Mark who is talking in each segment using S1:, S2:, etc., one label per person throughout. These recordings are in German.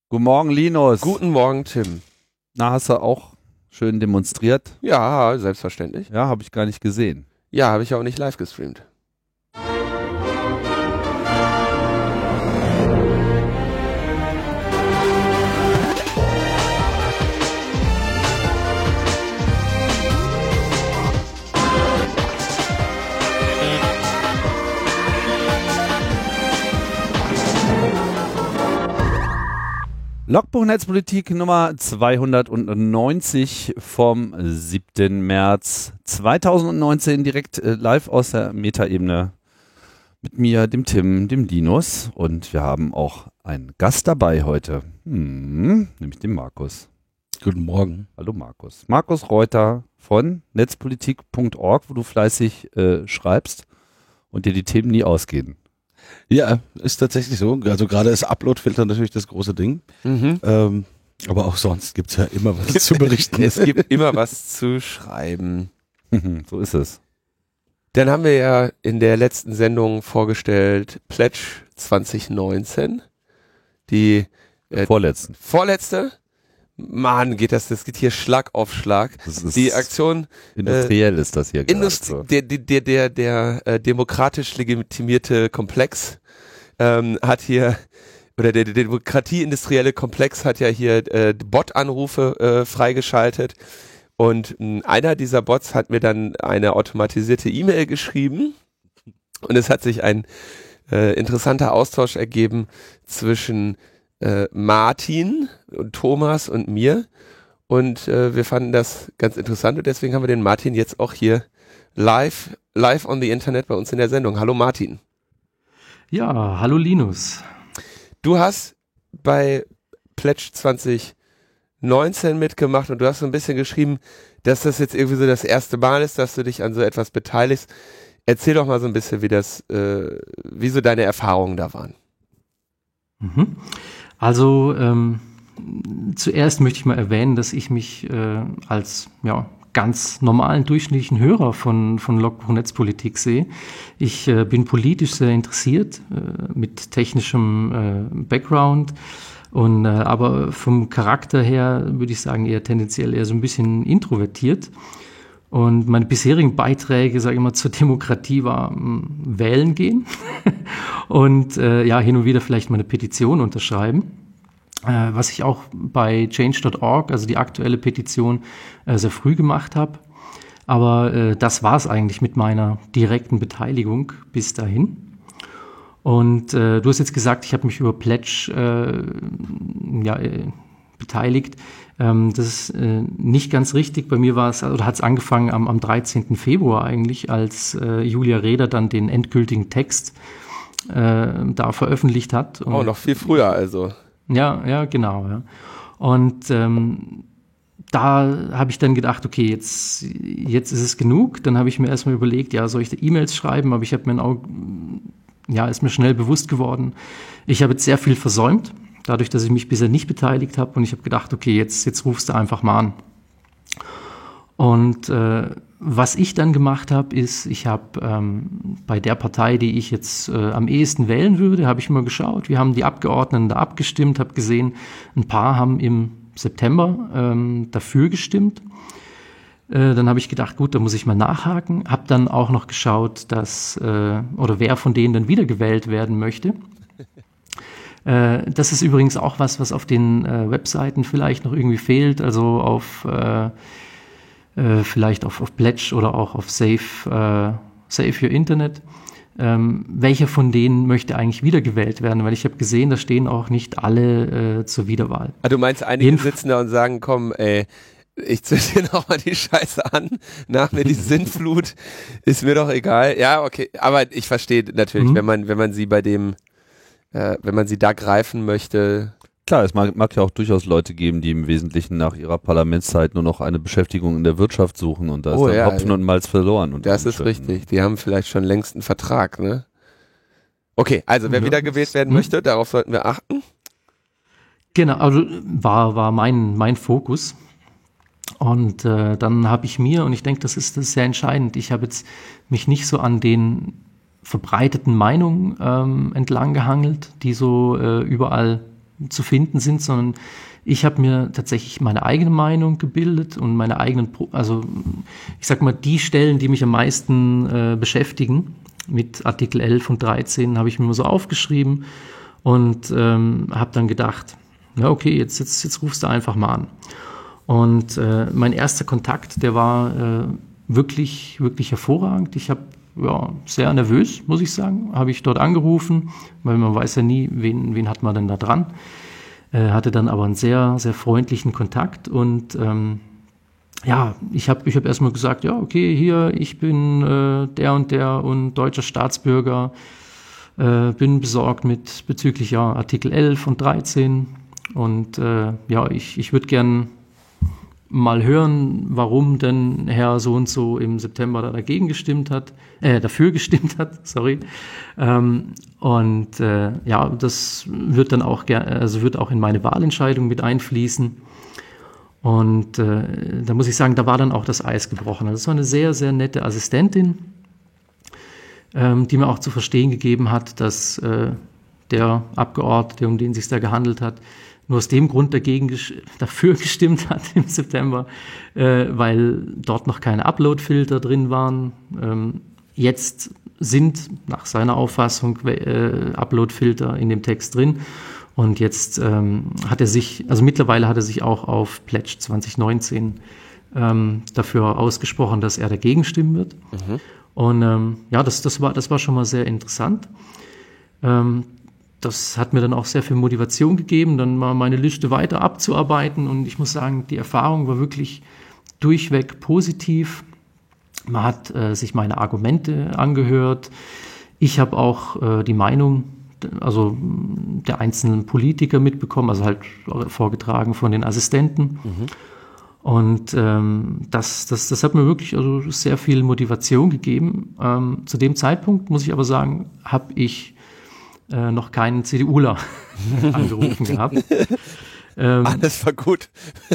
S1: Guten Morgen, Linus.
S2: Guten Morgen, Tim.
S1: Na, hast du auch schön demonstriert?
S2: Ja, selbstverständlich.
S1: Ja, habe ich gar nicht gesehen.
S2: Ja, habe ich auch nicht live gestreamt.
S1: Logbuch Netzpolitik Nummer 290 vom 7. März 2019 direkt live aus der Metaebene mit mir, dem Tim, dem Linus, und wir haben auch einen Gast dabei heute, nämlich den Markus.
S3: Guten Morgen.
S1: Hallo Markus. Markus Reuter von netzpolitik.org, wo du fleißig schreibst und dir die Themen nie ausgehen.
S3: Ja, ist tatsächlich so. Also gerade ist Upload-Filter natürlich das große Ding. Aber auch sonst gibt es ja immer was zu berichten.
S2: Es gibt immer was zu schreiben.
S1: So ist es.
S2: Dann haben wir ja in der letzten Sendung vorgestellt Pledge 2019. Die vorletzte. Mann, das geht hier Schlag auf Schlag. Die Aktion
S1: industriell ist das hier gerade.
S2: Der demokratisch legitimierte Komplex hat hier, oder der demokratieindustrielle Komplex hat ja hier Bot-Anrufe freigeschaltet, und einer dieser Bots hat mir dann eine automatisierte E-Mail geschrieben, und es hat sich ein interessanter Austausch ergeben zwischen Martin und Thomas und mir, und wir fanden das ganz interessant, und deswegen haben wir den Martin jetzt auch hier live on the Internet bei uns in der Sendung. Hallo Martin.
S4: Ja, hallo Linus.
S2: Du hast bei Pledge 2019 mitgemacht, und du hast so ein bisschen geschrieben, dass das jetzt irgendwie so das erste Mal ist, dass du dich an so etwas beteiligst. Erzähl doch mal so ein bisschen, wie so deine Erfahrungen da waren.
S4: Also zuerst möchte ich mal erwähnen, dass ich mich als ganz normalen durchschnittlichen Hörer von Logbuch Netzpolitik sehe. Ich bin politisch sehr interessiert, mit technischem Background, und aber vom Charakter her würde ich sagen eher tendenziell eher so ein bisschen introvertiert. Und meine bisherigen Beiträge, sage ich mal, zur Demokratie war wählen gehen und hin und wieder vielleicht mal eine Petition unterschreiben. Was ich auch bei change.org, also die aktuelle Petition, sehr früh gemacht habe. Aber das war es eigentlich mit meiner direkten Beteiligung bis dahin. Und du hast jetzt gesagt, ich habe mich über Pledge beteiligt. Das ist nicht ganz richtig. Bei mir war es, oder hat es angefangen am 13. Februar eigentlich, als Julia Reda dann den endgültigen Text da veröffentlicht hat. Und,
S2: noch viel früher also.
S4: Ja, genau. Ja. Und da habe ich dann gedacht, okay, jetzt ist es genug. Dann habe ich mir erstmal überlegt, soll ich da E-Mails schreiben? Aber ich habe mir auch, ist mir schnell bewusst geworden, ich habe jetzt sehr viel versäumt, dadurch, dass ich mich bisher nicht beteiligt habe. Und ich habe gedacht, okay, jetzt rufst du einfach mal an. Und was ich dann gemacht habe, ist, ich habe bei der Partei, die ich jetzt am ehesten wählen würde, habe ich mal geschaut. Wir haben die Abgeordneten da abgestimmt, habe gesehen, ein paar haben im September dafür gestimmt. Dann habe ich gedacht, gut, da muss ich mal nachhaken. Habe dann auch noch geschaut, wer von denen dann wiedergewählt werden möchte. Das ist übrigens auch was auf den Webseiten vielleicht noch irgendwie fehlt, also vielleicht auf Pledge oder auch auf Save Your Internet. Welcher von denen möchte eigentlich wiedergewählt werden? Weil ich habe gesehen, da stehen auch nicht alle zur Wiederwahl.
S2: Du meinst, einige sitzen da und sagen, komm, ich zünd dir noch mal die Scheiße an, nach mir die Sinnflut, ist mir doch egal. Ja, okay, aber ich verstehe natürlich, wenn man sie wenn man sie da greifen möchte.
S1: Klar, es mag ja auch durchaus Leute geben, die im Wesentlichen nach ihrer Parlamentszeit nur noch eine Beschäftigung in der Wirtschaft suchen, und da ist dann Hopfen und Malz verloren.
S2: Das ist richtig. Die haben vielleicht schon längst einen Vertrag, ne? Okay, also wer wiedergewählt werden möchte, darauf sollten wir achten.
S4: Genau, also war mein Fokus. Und dann habe ich mir, und ich denke, das ist sehr entscheidend, ich habe jetzt mich nicht so an den verbreiteten Meinungen entlang gehangelt, die so überall zu finden sind, sondern ich habe mir tatsächlich meine eigene Meinung gebildet und meine eigenen, also ich sag mal, die Stellen, die mich am meisten beschäftigen, mit Artikel 11 und 13 habe ich mir mal so aufgeschrieben und habe dann gedacht, ja okay, jetzt rufst du einfach mal an. Und mein erster Kontakt, der war wirklich, wirklich hervorragend. Ich habe sehr nervös, muss ich sagen, habe ich dort angerufen, weil man weiß ja nie, wen hat man denn da dran. Hatte dann aber einen sehr, sehr freundlichen Kontakt und ich hab erstmal gesagt, ja, okay, hier, ich bin der und deutscher Staatsbürger, bin besorgt bezüglich Artikel 11 und 13 und ich würde gern mal hören, warum denn Herr so und so im September dafür gestimmt hat, sorry. Das wird dann auch wird auch in meine Wahlentscheidung mit einfließen. Und da muss ich sagen, da war dann auch das Eis gebrochen. Das war eine sehr, sehr nette Assistentin, die mir auch zu verstehen gegeben hat, dass der Abgeordnete, um den es sich da gehandelt hat, nur aus dem Grund dafür gestimmt hat im September, weil dort noch keine Upload-Filter drin waren. Jetzt sind nach seiner Auffassung Upload-Filter in dem Text drin. Und jetzt mittlerweile hat er sich auch auf Pledge 2019 dafür ausgesprochen, dass er dagegen stimmen wird. Mhm. Und das war schon mal sehr interessant. Das hat mir dann auch sehr viel Motivation gegeben, dann mal meine Liste weiter abzuarbeiten. Und ich muss sagen, die Erfahrung war wirklich durchweg positiv. Man hat sich meine Argumente angehört. Ich habe auch die Meinung der einzelnen Politiker mitbekommen, also halt vorgetragen von den Assistenten. Mhm. Und das hat mir wirklich sehr viel Motivation gegeben. Zu dem Zeitpunkt, muss ich aber sagen, habe ich noch keinen CDUler angerufen gehabt.
S2: Alles war gut.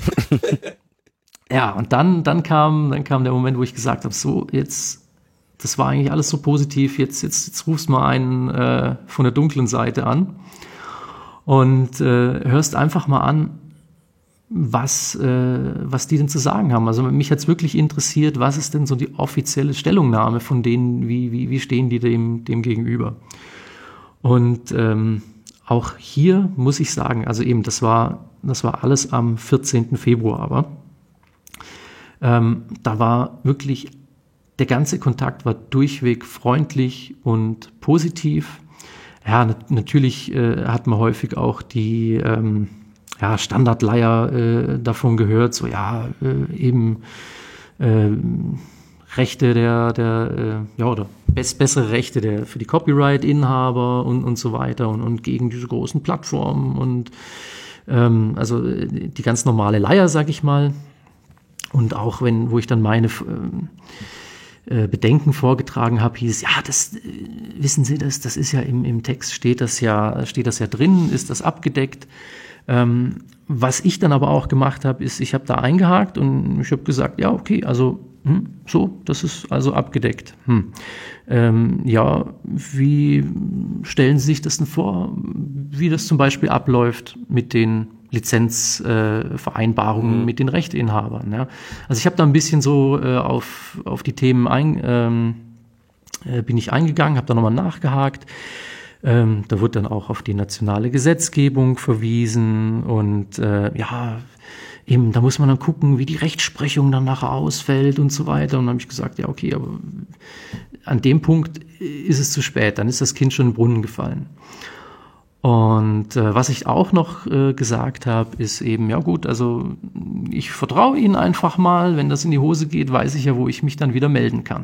S4: Ja, und dann kam der Moment, wo ich gesagt habe, so, das war eigentlich alles so positiv, jetzt rufst mal einen von der dunklen Seite an und hörst einfach mal an, was die denn zu sagen haben. Also mich hat's wirklich interessiert, was ist denn so die offizielle Stellungnahme von denen, wie stehen die dem gegenüber? Und auch hier muss ich sagen, also eben, das war alles am 14. Februar, aber da war wirklich, der ganze Kontakt war durchweg freundlich und positiv. Ja, natürlich hat man häufig auch die Standardleier davon gehört, so Rechte oder bessere Rechte für die Copyright-Inhaber und so weiter und gegen diese großen Plattformen und die ganz normale Leier, sag ich mal. Und auch wo ich dann meine Bedenken vorgetragen habe, hieß es, wissen Sie das ist ja im Text steht das ja drin, ist das abgedeckt. Was ich dann aber auch gemacht habe, ist, ich habe da eingehakt und ich habe gesagt, ja, okay, also das ist also abgedeckt. Wie stellen Sie sich das denn vor, wie das zum Beispiel abläuft mit den Lizenzvereinbarungen mit den Rechteinhabern? Ja? Also ich habe da ein bisschen so auf die Themen bin ich eingegangen, habe da nochmal nachgehakt. Da wird dann auch auf die nationale Gesetzgebung verwiesen und eben, da muss man dann gucken, wie die Rechtsprechung dann nachher ausfällt und so weiter. Und dann habe ich gesagt, ja okay, aber an dem Punkt ist es zu spät, dann ist das Kind schon in den Brunnen gefallen. Und was ich auch noch gesagt habe, ist eben, ja gut, also ich vertraue Ihnen einfach mal, wenn das in die Hose geht, weiß ich ja, wo ich mich dann wieder melden kann.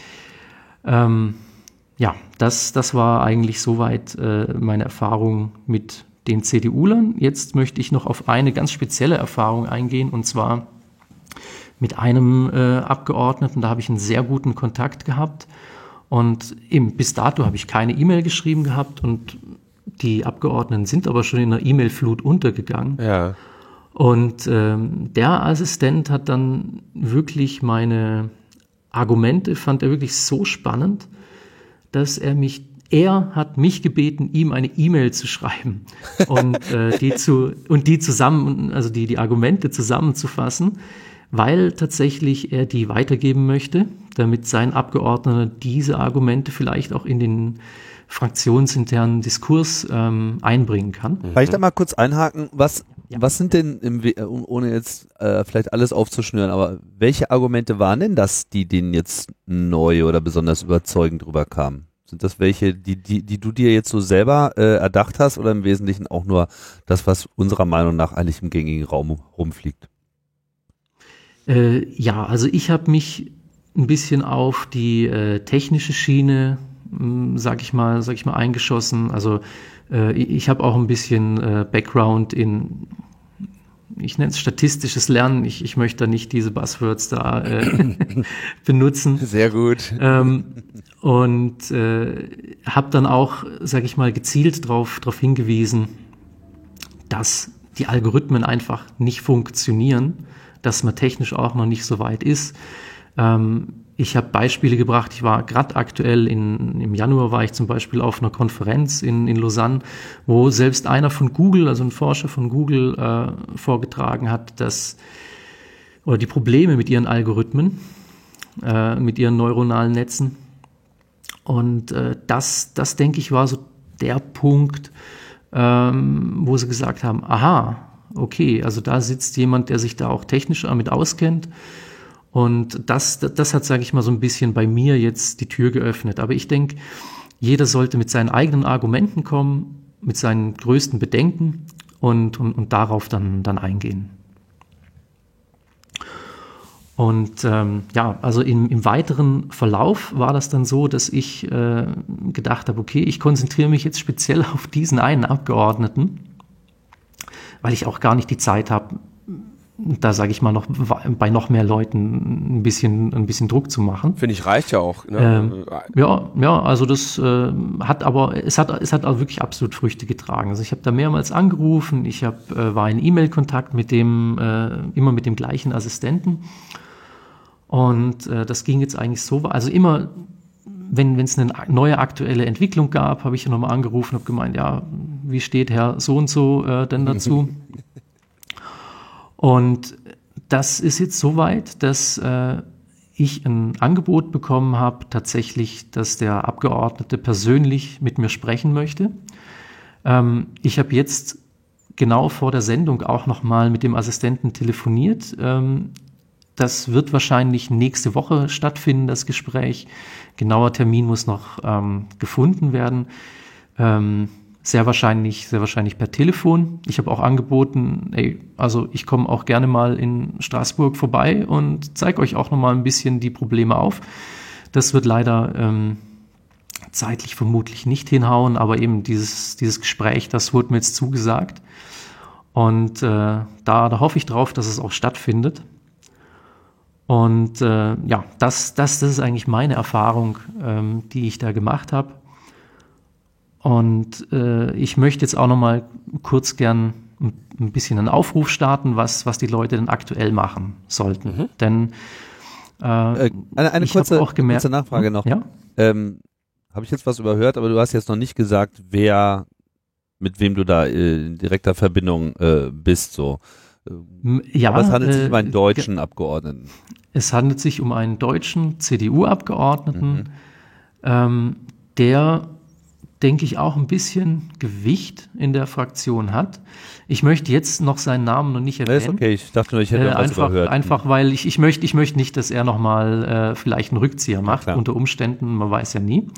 S4: Das war eigentlich soweit meine Erfahrung mit den CDUlern. Jetzt möchte ich noch auf eine ganz spezielle Erfahrung eingehen, und zwar mit einem Abgeordneten. Da habe ich einen sehr guten Kontakt gehabt und eben bis dato habe ich keine E-Mail geschrieben gehabt und die Abgeordneten sind aber schon in der E-Mail-Flut untergegangen. Ja. Und der Assistent hat dann wirklich meine Argumente, fand er wirklich so spannend, dass er mich er hat mich gebeten, ihm eine E-Mail zu schreiben und die Argumente zusammenzufassen, weil tatsächlich er die weitergeben möchte, damit sein Abgeordneter diese Argumente vielleicht auch in den fraktionsinternen Diskurs einbringen kann.
S1: Kann ich da mal kurz einhaken? Was sind denn, ohne jetzt vielleicht alles aufzuschnüren, aber welche Argumente waren denn das, die denen jetzt neu oder besonders überzeugend rüberkamen? Sind das welche, die du dir jetzt so selber erdacht hast oder im Wesentlichen auch nur das, was unserer Meinung nach eigentlich im gängigen Raum rumfliegt?
S4: Also ich habe mich ein bisschen auf die technische Schiene, sag ich mal, eingeschossen. Also ich habe auch ein bisschen Background in, ich nenne es statistisches Lernen. Ich möchte da nicht diese Buzzwords da benutzen.
S2: Sehr gut.
S4: Und habe dann auch, sag ich mal, gezielt darauf hingewiesen, dass die Algorithmen einfach nicht funktionieren, dass man technisch auch noch nicht so weit ist. Ich habe Beispiele gebracht. Ich war gerade aktuell im Januar war ich zum Beispiel auf einer Konferenz in Lausanne, wo selbst einer von Google, also ein Forscher von Google, vorgetragen hat, oder die Probleme mit ihren Algorithmen, mit ihren neuronalen Netzen. Und das denke ich, war so der Punkt, wo sie gesagt haben, aha, okay, also da sitzt jemand, der sich da auch technisch damit auskennt. Und das hat, sage ich mal, so ein bisschen bei mir jetzt die Tür geöffnet. Aber ich denke, jeder sollte mit seinen eigenen Argumenten kommen, mit seinen größten Bedenken und darauf dann eingehen. Und also im weiteren Verlauf war das dann so, dass ich gedacht habe, okay, ich konzentriere mich jetzt speziell auf diesen einen Abgeordneten, weil ich auch gar nicht die Zeit habe, da sage ich mal noch bei noch mehr Leuten ein bisschen Druck zu machen.
S2: Finde ich, reicht ja auch. Ne?
S4: Also das hat auch wirklich absolut Früchte getragen. Also ich habe da mehrmals angerufen, war in E-Mail-Kontakt immer mit dem gleichen Assistenten. Und das ging jetzt eigentlich so, also immer, wenn es eine neue aktuelle Entwicklung gab, habe ich nochmal angerufen und habe gemeint, ja, wie steht Herr so und so denn dazu? Und das ist jetzt so weit, dass ich ein Angebot bekommen habe, tatsächlich, dass der Abgeordnete persönlich mit mir sprechen möchte. Ich habe jetzt genau vor der Sendung auch nochmal mit dem Assistenten telefoniert. Das wird wahrscheinlich nächste Woche stattfinden, das Gespräch. Genauer Termin muss noch gefunden werden. Sehr wahrscheinlich per Telefon. Ich habe auch angeboten, also ich komme auch gerne mal in Straßburg vorbei und zeige euch auch nochmal ein bisschen die Probleme auf. Das wird leider zeitlich vermutlich nicht hinhauen, aber eben dieses Gespräch, das wurde mir jetzt zugesagt. Und da hoffe ich drauf, dass es auch stattfindet. Und das ist eigentlich meine Erfahrung, die ich da gemacht habe. Und ich möchte jetzt auch noch mal kurz gern ein bisschen einen Aufruf starten, was die Leute denn aktuell machen sollten. Denn
S1: eine kurze Nachfrage noch.
S4: Ja?
S1: Habe ich jetzt was überhört, aber du hast jetzt noch nicht gesagt, mit wem du da in direkter Verbindung bist. So.
S4: Ja,
S1: aber es handelt sich um einen deutschen Abgeordneten.
S4: Es handelt sich um einen deutschen CDU-Abgeordneten, der, denke ich, auch ein bisschen Gewicht in der Fraktion hat. Ich möchte jetzt noch seinen Namen noch nicht erwähnen.
S1: Ja, ist okay, ich dachte nur, ich hätte was überhört.
S4: Einfach, weil ich möchte nicht, dass er nochmal vielleicht einen Rückzieher macht,
S1: klar.
S4: Unter Umständen, man weiß ja nie.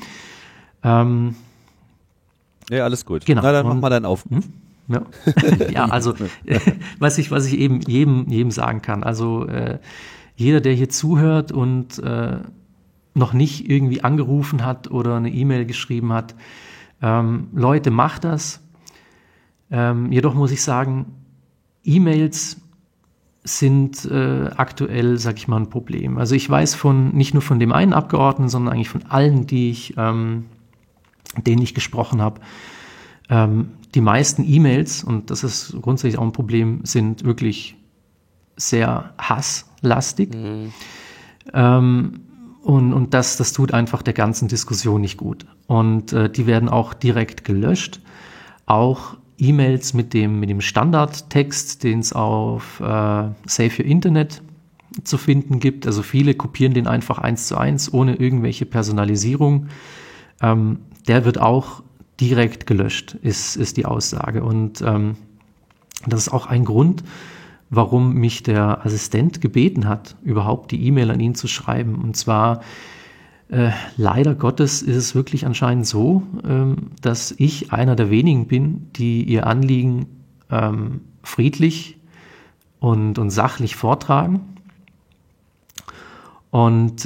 S1: Ja, alles gut.
S4: Genau.
S1: Na, dann mach mal deinen Aufruf.
S4: Ja. Ja, also was ich eben jedem sagen kann, also jeder, der hier zuhört und noch nicht irgendwie angerufen hat oder eine E-Mail geschrieben hat, Leute, macht das. Jedoch muss ich sagen, E-Mails sind aktuell, sag ich mal, ein Problem. Also ich weiß nicht nur von dem einen Abgeordneten, sondern eigentlich von allen, denen ich gesprochen habe, die meisten E-Mails, und das ist grundsätzlich auch ein Problem, sind wirklich sehr hasslastig. Und das tut einfach der ganzen Diskussion nicht gut. Und die werden auch direkt gelöscht. Auch E-Mails mit dem Standardtext, den es auf Save Your Internet zu finden gibt. Also viele kopieren den einfach 1:1 ohne irgendwelche Personalisierung. Der wird auch direkt gelöscht, ist die Aussage. Und das ist auch ein Grund, warum mich der Assistent gebeten hat, überhaupt die E-Mail an ihn zu schreiben. Und zwar, leider Gottes ist es wirklich anscheinend so, dass ich einer der wenigen bin, die ihr Anliegen friedlich und sachlich vortragen. Und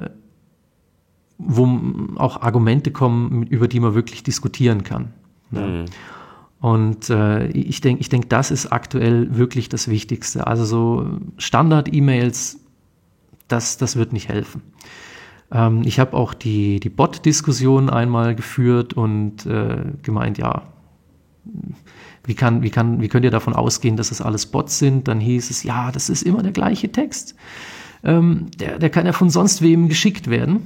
S4: wo auch Argumente kommen, über die man wirklich diskutieren kann. Ja. Und ich denke, das ist aktuell wirklich das Wichtigste. Also so Standard-E-Mails, das wird nicht helfen. Ich habe auch die Bot-Diskussion einmal geführt und gemeint, ja, wie könnt ihr davon ausgehen, dass das alles Bots sind? Dann hieß es, ja, das ist immer der gleiche Text. Der kann ja von sonst wem geschickt werden.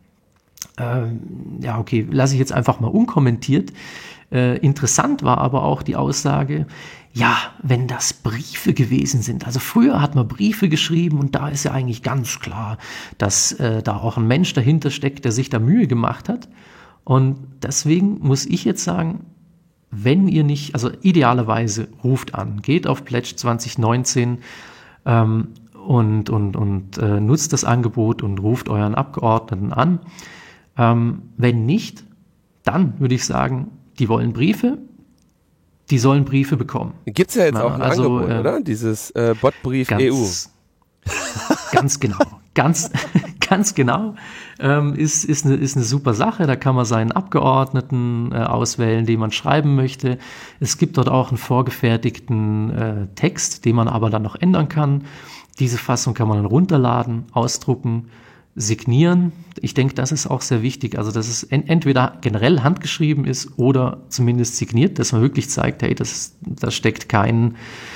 S4: Ja, okay, lasse ich jetzt einfach mal unkommentiert. Interessant war aber auch die Aussage, ja, wenn das Briefe gewesen sind, also früher hat man Briefe geschrieben und da ist ja eigentlich ganz klar, dass da auch ein Mensch dahinter steckt, der sich da Mühe gemacht hat. Und deswegen muss ich jetzt sagen, wenn ihr nicht, also idealerweise ruft an, geht auf Pledge 2019 und nutzt das Angebot und ruft euren Abgeordneten an. Wenn nicht, dann würde ich sagen, die wollen Briefe, die sollen Briefe bekommen.
S2: Gibt's ja jetzt auch ein Angebot, oder? Dieses Botbrief EU.
S4: Ganz genau. Ganz genau. Ist eine super Sache. Da kann man seinen Abgeordneten auswählen, den man schreiben möchte. Es gibt dort auch einen vorgefertigten Text, den man aber dann noch ändern kann. Diese Fassung kann man dann runterladen, ausdrucken, signieren. Ich denke, das ist auch sehr wichtig. Also, dass es entweder generell handgeschrieben ist oder zumindest signiert, dass man wirklich zeigt, hey, da steckt keine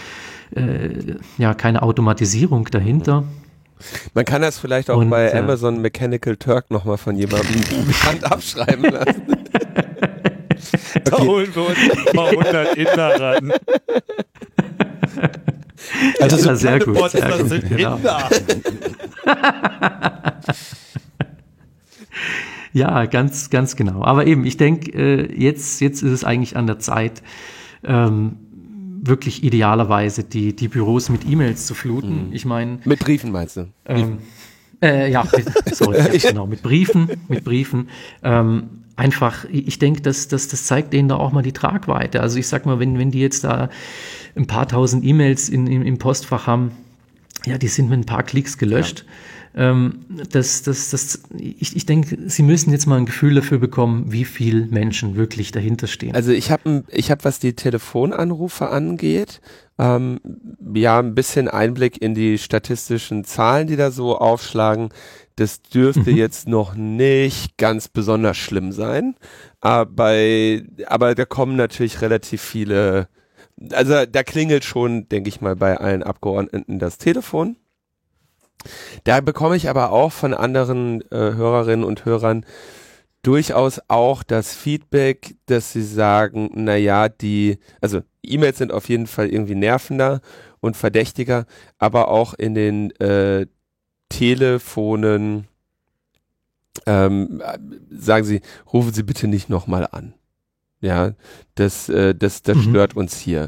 S4: Automatisierung dahinter.
S2: Man kann das vielleicht auch bei Amazon Mechanical Turk nochmal von jemandem mit Hand abschreiben lassen.
S1: Da holen wir uns ein paar 100 Inder ran.
S3: Also so
S4: sehr gut.
S1: Bots, das sind
S4: genau.
S1: Inder.
S4: Ja, ganz genau. Aber eben, ich denke, jetzt ist es eigentlich an der Zeit, wirklich idealerweise die Büros mit E-Mails zu fluten. Ich meine,
S2: mit Briefen meinst du?
S4: Mit Briefen. Einfach, ich denke, das zeigt denen da auch mal die Tragweite. Also ich sag mal, wenn die jetzt da ein paar tausend E-Mails im Postfach haben, ja, die sind mit ein paar Klicks gelöscht. Ja. Ich denke, sie müssen jetzt mal ein Gefühl dafür bekommen, wie viel Menschen wirklich dahinter stehen.
S2: Also ich hab, was die Telefonanrufe angeht, ein bisschen Einblick in die statistischen Zahlen, die da so aufschlagen. Das dürfte jetzt noch nicht ganz besonders schlimm sein, aber da kommen natürlich relativ viele, also da klingelt schon, denke ich mal, bei allen Abgeordneten das Telefon. Da bekomme ich aber auch von anderen Hörerinnen und Hörern durchaus auch das Feedback, dass sie sagen, naja, also E-Mails sind auf jeden Fall irgendwie nervender und verdächtiger, aber auch in den Telefonen sagen sie, rufen Sie bitte nicht nochmal an. Ja, das stört uns hier.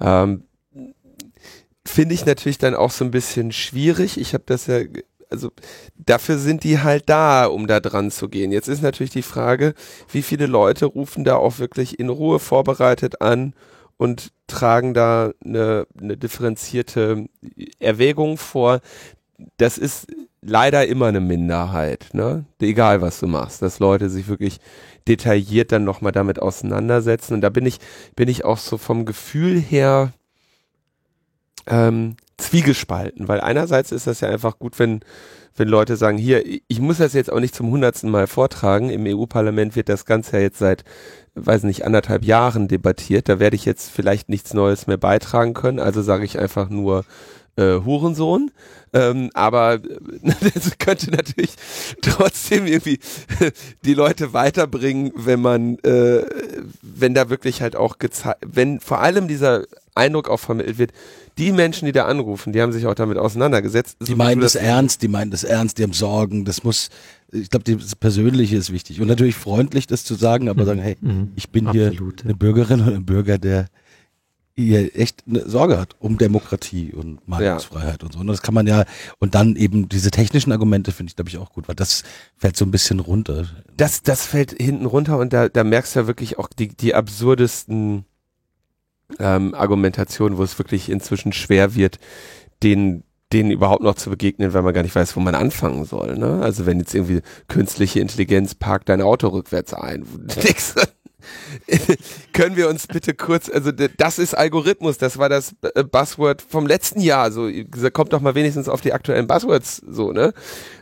S2: Finde ich natürlich dann auch so ein bisschen schwierig. Ich habe das ja, also dafür sind die halt da, um da dran zu gehen. Jetzt ist natürlich die Frage, wie viele Leute rufen da auch wirklich in Ruhe vorbereitet an und tragen da eine differenzierte Erwägung vor. Das ist leider immer eine Minderheit, ne? Egal was du machst, dass Leute sich wirklich detailliert dann nochmal damit auseinandersetzen. Und da bin ich auch so vom Gefühl her zwiegespalten, weil einerseits ist das ja einfach gut, wenn Leute sagen, hier, ich muss das jetzt auch nicht zum 100. Mal vortragen, im EU-Parlament wird das Ganze ja jetzt seit, weiß nicht, 1,5 Jahren debattiert, da werde ich jetzt vielleicht nichts Neues mehr beitragen können, also sage ich einfach nur Hurensohn, aber das könnte natürlich trotzdem irgendwie die Leute weiterbringen, wenn da wirklich halt auch wenn vor allem dieser Eindruck auch vermittelt wird, die Menschen, die da anrufen, die haben sich auch damit auseinandergesetzt.
S3: Die meinen das ernst, die haben Sorgen, ich glaube, das Persönliche ist wichtig und natürlich freundlich, das zu sagen, aber sagen, hey, ich bin
S4: Absolut,
S3: hier eine Bürgerin oder ein Bürger, der hier echt eine Sorge hat um Demokratie und Meinungsfreiheit und so. Und das kann man ja, und dann eben diese technischen Argumente finde ich, glaube ich, auch gut, weil das fällt so ein bisschen runter.
S2: Das fällt hinten runter und da merkst du ja wirklich auch die absurdesten Argumentationen, wo es wirklich inzwischen schwer wird, denen überhaupt noch zu begegnen, weil man gar nicht weiß, wo man anfangen soll. Ne? Also wenn jetzt irgendwie künstliche Intelligenz parkt dein Auto rückwärts ein. Können wir uns bitte kurz, also das ist Algorithmus, das war das Buzzword vom letzten Jahr, so kommt doch mal wenigstens auf die aktuellen Buzzwords so, ne?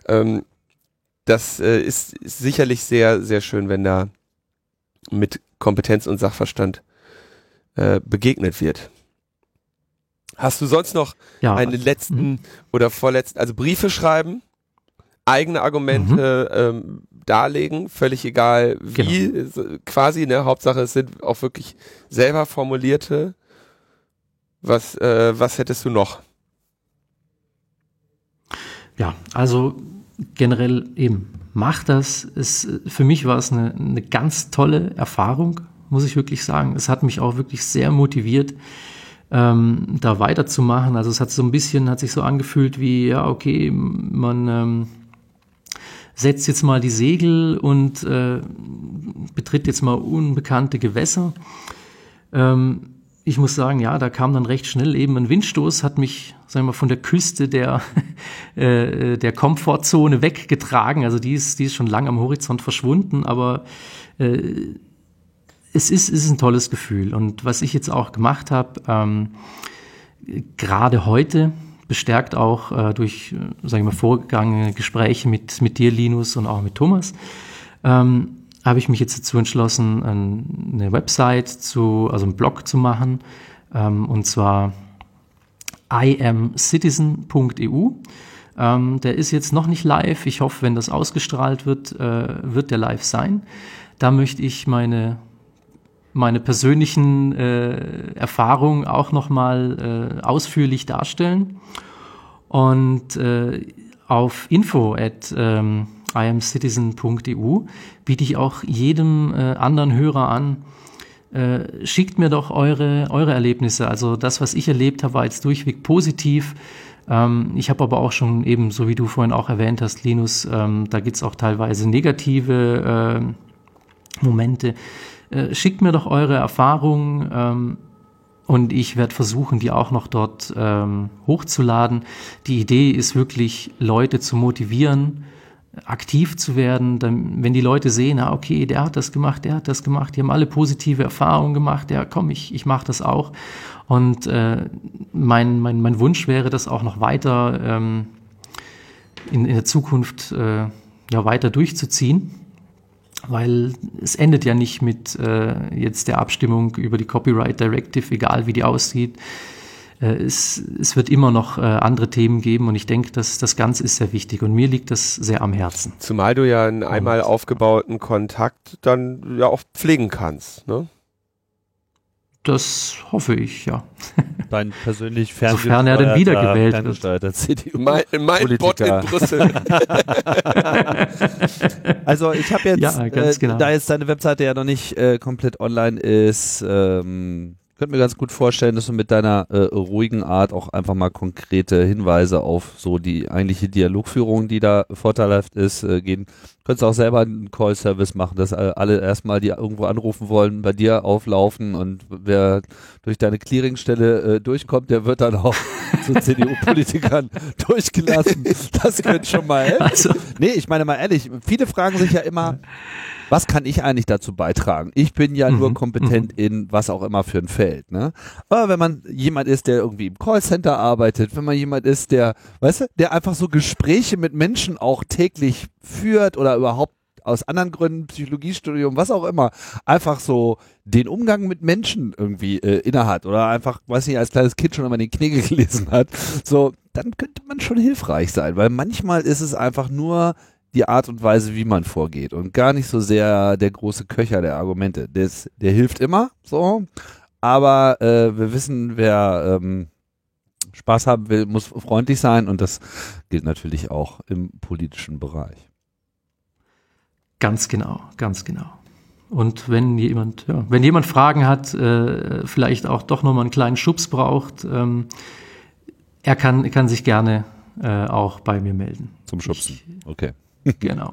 S2: Das ist sicherlich sehr, sehr schön, wenn da mit Kompetenz und Sachverstand begegnet wird. Hast du sonst noch einen letzten oder vorletzten, also Briefe schreiben, eigene Argumente darlegen, völlig egal wie, quasi, ne? Hauptsache es sind auch wirklich selber formulierte. Was hättest du noch?
S4: Ja, also generell eben, mach das. Für mich war es eine ganz tolle Erfahrung, muss ich wirklich sagen. Es hat mich auch wirklich sehr motiviert, da weiterzumachen. Also es hat sich so angefühlt wie, ja, okay, man setzt jetzt mal die Segel und betritt jetzt mal unbekannte Gewässer. Ich muss sagen, ja, da kam dann recht schnell eben ein Windstoß, hat mich, sagen wir mal, von der Küste der Komfortzone weggetragen. Also die ist schon lang am Horizont verschwunden, aber es ist ein tolles Gefühl. Und was ich jetzt auch gemacht habe, gerade heute, bestärkt auch durch, sagen wir mal, vorgegangene Gespräche mit dir, Linus, und auch mit Thomas, habe ich mich jetzt dazu entschlossen, eine Website also einen Blog zu machen, und zwar iamcitizen.eu. Der ist jetzt noch nicht live. Ich hoffe, wenn das ausgestrahlt wird, wird der live sein. Da möchte ich meine persönlichen Erfahrungen auch nochmal ausführlich darstellen. Und auf info@iamcitizen.eu biete ich auch jedem anderen Hörer an, schickt mir doch eure Erlebnisse. Also das, was ich erlebt habe, war jetzt durchweg positiv. Ich habe aber auch schon eben, so wie du vorhin auch erwähnt hast, Linus, da gibt es auch teilweise negative Momente. Schickt mir doch eure Erfahrungen, und ich werde versuchen, die auch noch dort hochzuladen. Die Idee ist wirklich, Leute zu motivieren, aktiv zu werden. Dann, wenn die Leute sehen, okay, der hat das gemacht, die haben alle positive Erfahrungen gemacht, ja komm, ich mache das auch. Und mein Wunsch wäre, das auch noch weiter in der Zukunft weiter durchzuziehen. Weil es endet ja nicht mit jetzt der Abstimmung über die Copyright Directive, egal wie die aussieht. Es wird immer noch andere Themen geben, und ich denke, dass das Ganze ist sehr wichtig, und mir liegt das sehr am Herzen.
S2: Zumal du ja einen einmal aufgebauten Kontakt dann ja auch pflegen kannst, ne?
S4: Das hoffe ich, ja.
S1: Dein persönlich
S4: sofern er denn wiedergewählt wird.
S1: CDU
S2: mein Bot in Brüssel.
S1: Also ich habe jetzt,
S4: genau.
S1: Da jetzt deine Webseite ja noch nicht komplett online ist, könnte mir ganz gut vorstellen, dass du mit deiner ruhigen Art auch einfach mal konkrete Hinweise auf so die eigentliche Dialogführung, die da vorteilhaft ist, gehen. Könntest auch selber einen Call-Service machen, dass alle erstmal, die irgendwo anrufen wollen, bei dir auflaufen, und wer durch deine Clearingstelle durchkommt, der wird dann auch zu CDU-Politikern durchgelassen. Das könnte schon mal helfen. Also. Nee, ich meine mal ehrlich, viele fragen sich ja immer, Was kann ich eigentlich dazu beitragen? Ich bin ja nur kompetent in was auch immer für ein Feld. Ne? Aber wenn man jemand ist, der irgendwie im Callcenter arbeitet, wenn man jemand ist, der, weißt du, der einfach so Gespräche mit Menschen auch täglich führt oder überhaupt aus anderen Gründen, Psychologiestudium, was auch immer, einfach so den Umgang mit Menschen irgendwie innehat oder einfach, weiß nicht, als kleines Kind schon immer den Knigge gelesen hat, so, dann könnte man schon hilfreich sein, weil manchmal ist es einfach nur die Art und Weise, wie man vorgeht und gar nicht so sehr der große Köcher der Argumente. Der hilft immer, so, aber wir wissen, wer Spaß haben will, muss freundlich sein und das gilt natürlich auch im politischen Bereich.
S4: Ganz genau, ganz genau. Und wenn jemand Fragen hat, vielleicht auch doch nochmal einen kleinen Schubs braucht, er kann sich gerne auch bei mir melden.
S1: Zum Schubsen, okay.
S4: Genau.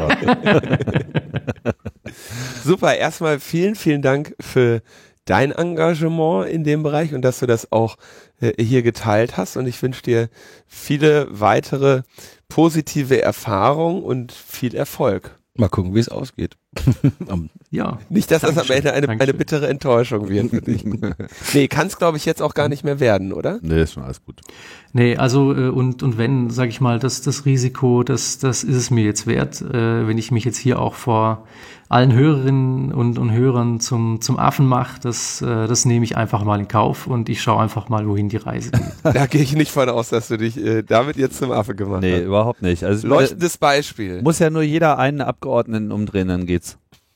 S2: Super, erstmal vielen, vielen Dank für dein Engagement in dem Bereich und dass du das auch hier geteilt hast und ich wünsche dir viele weitere positive Erfahrungen und viel Erfolg.
S3: Mal gucken, wie es ausgeht.
S4: Ja.
S2: Nicht, dass das am Ende eine bittere Enttäuschung wird für dich. Nee, kann es glaube ich jetzt auch gar nicht mehr werden, oder?
S1: Nee, ist schon alles gut.
S4: Nee, also und wenn, sage ich mal, das Risiko, das ist es mir jetzt wert, wenn ich mich jetzt hier auch vor allen Hörerinnen und Hörern zum Affen mache, das nehme ich einfach mal in Kauf und ich schaue einfach mal, wohin die Reise geht.
S2: Da gehe ich nicht von aus, dass du dich damit jetzt zum Affe gemacht hast.
S1: Nee, überhaupt nicht. Also
S2: leuchtendes Beispiel.
S1: Muss ja nur jeder einen Abgeordneten umdrehen, dann geht's.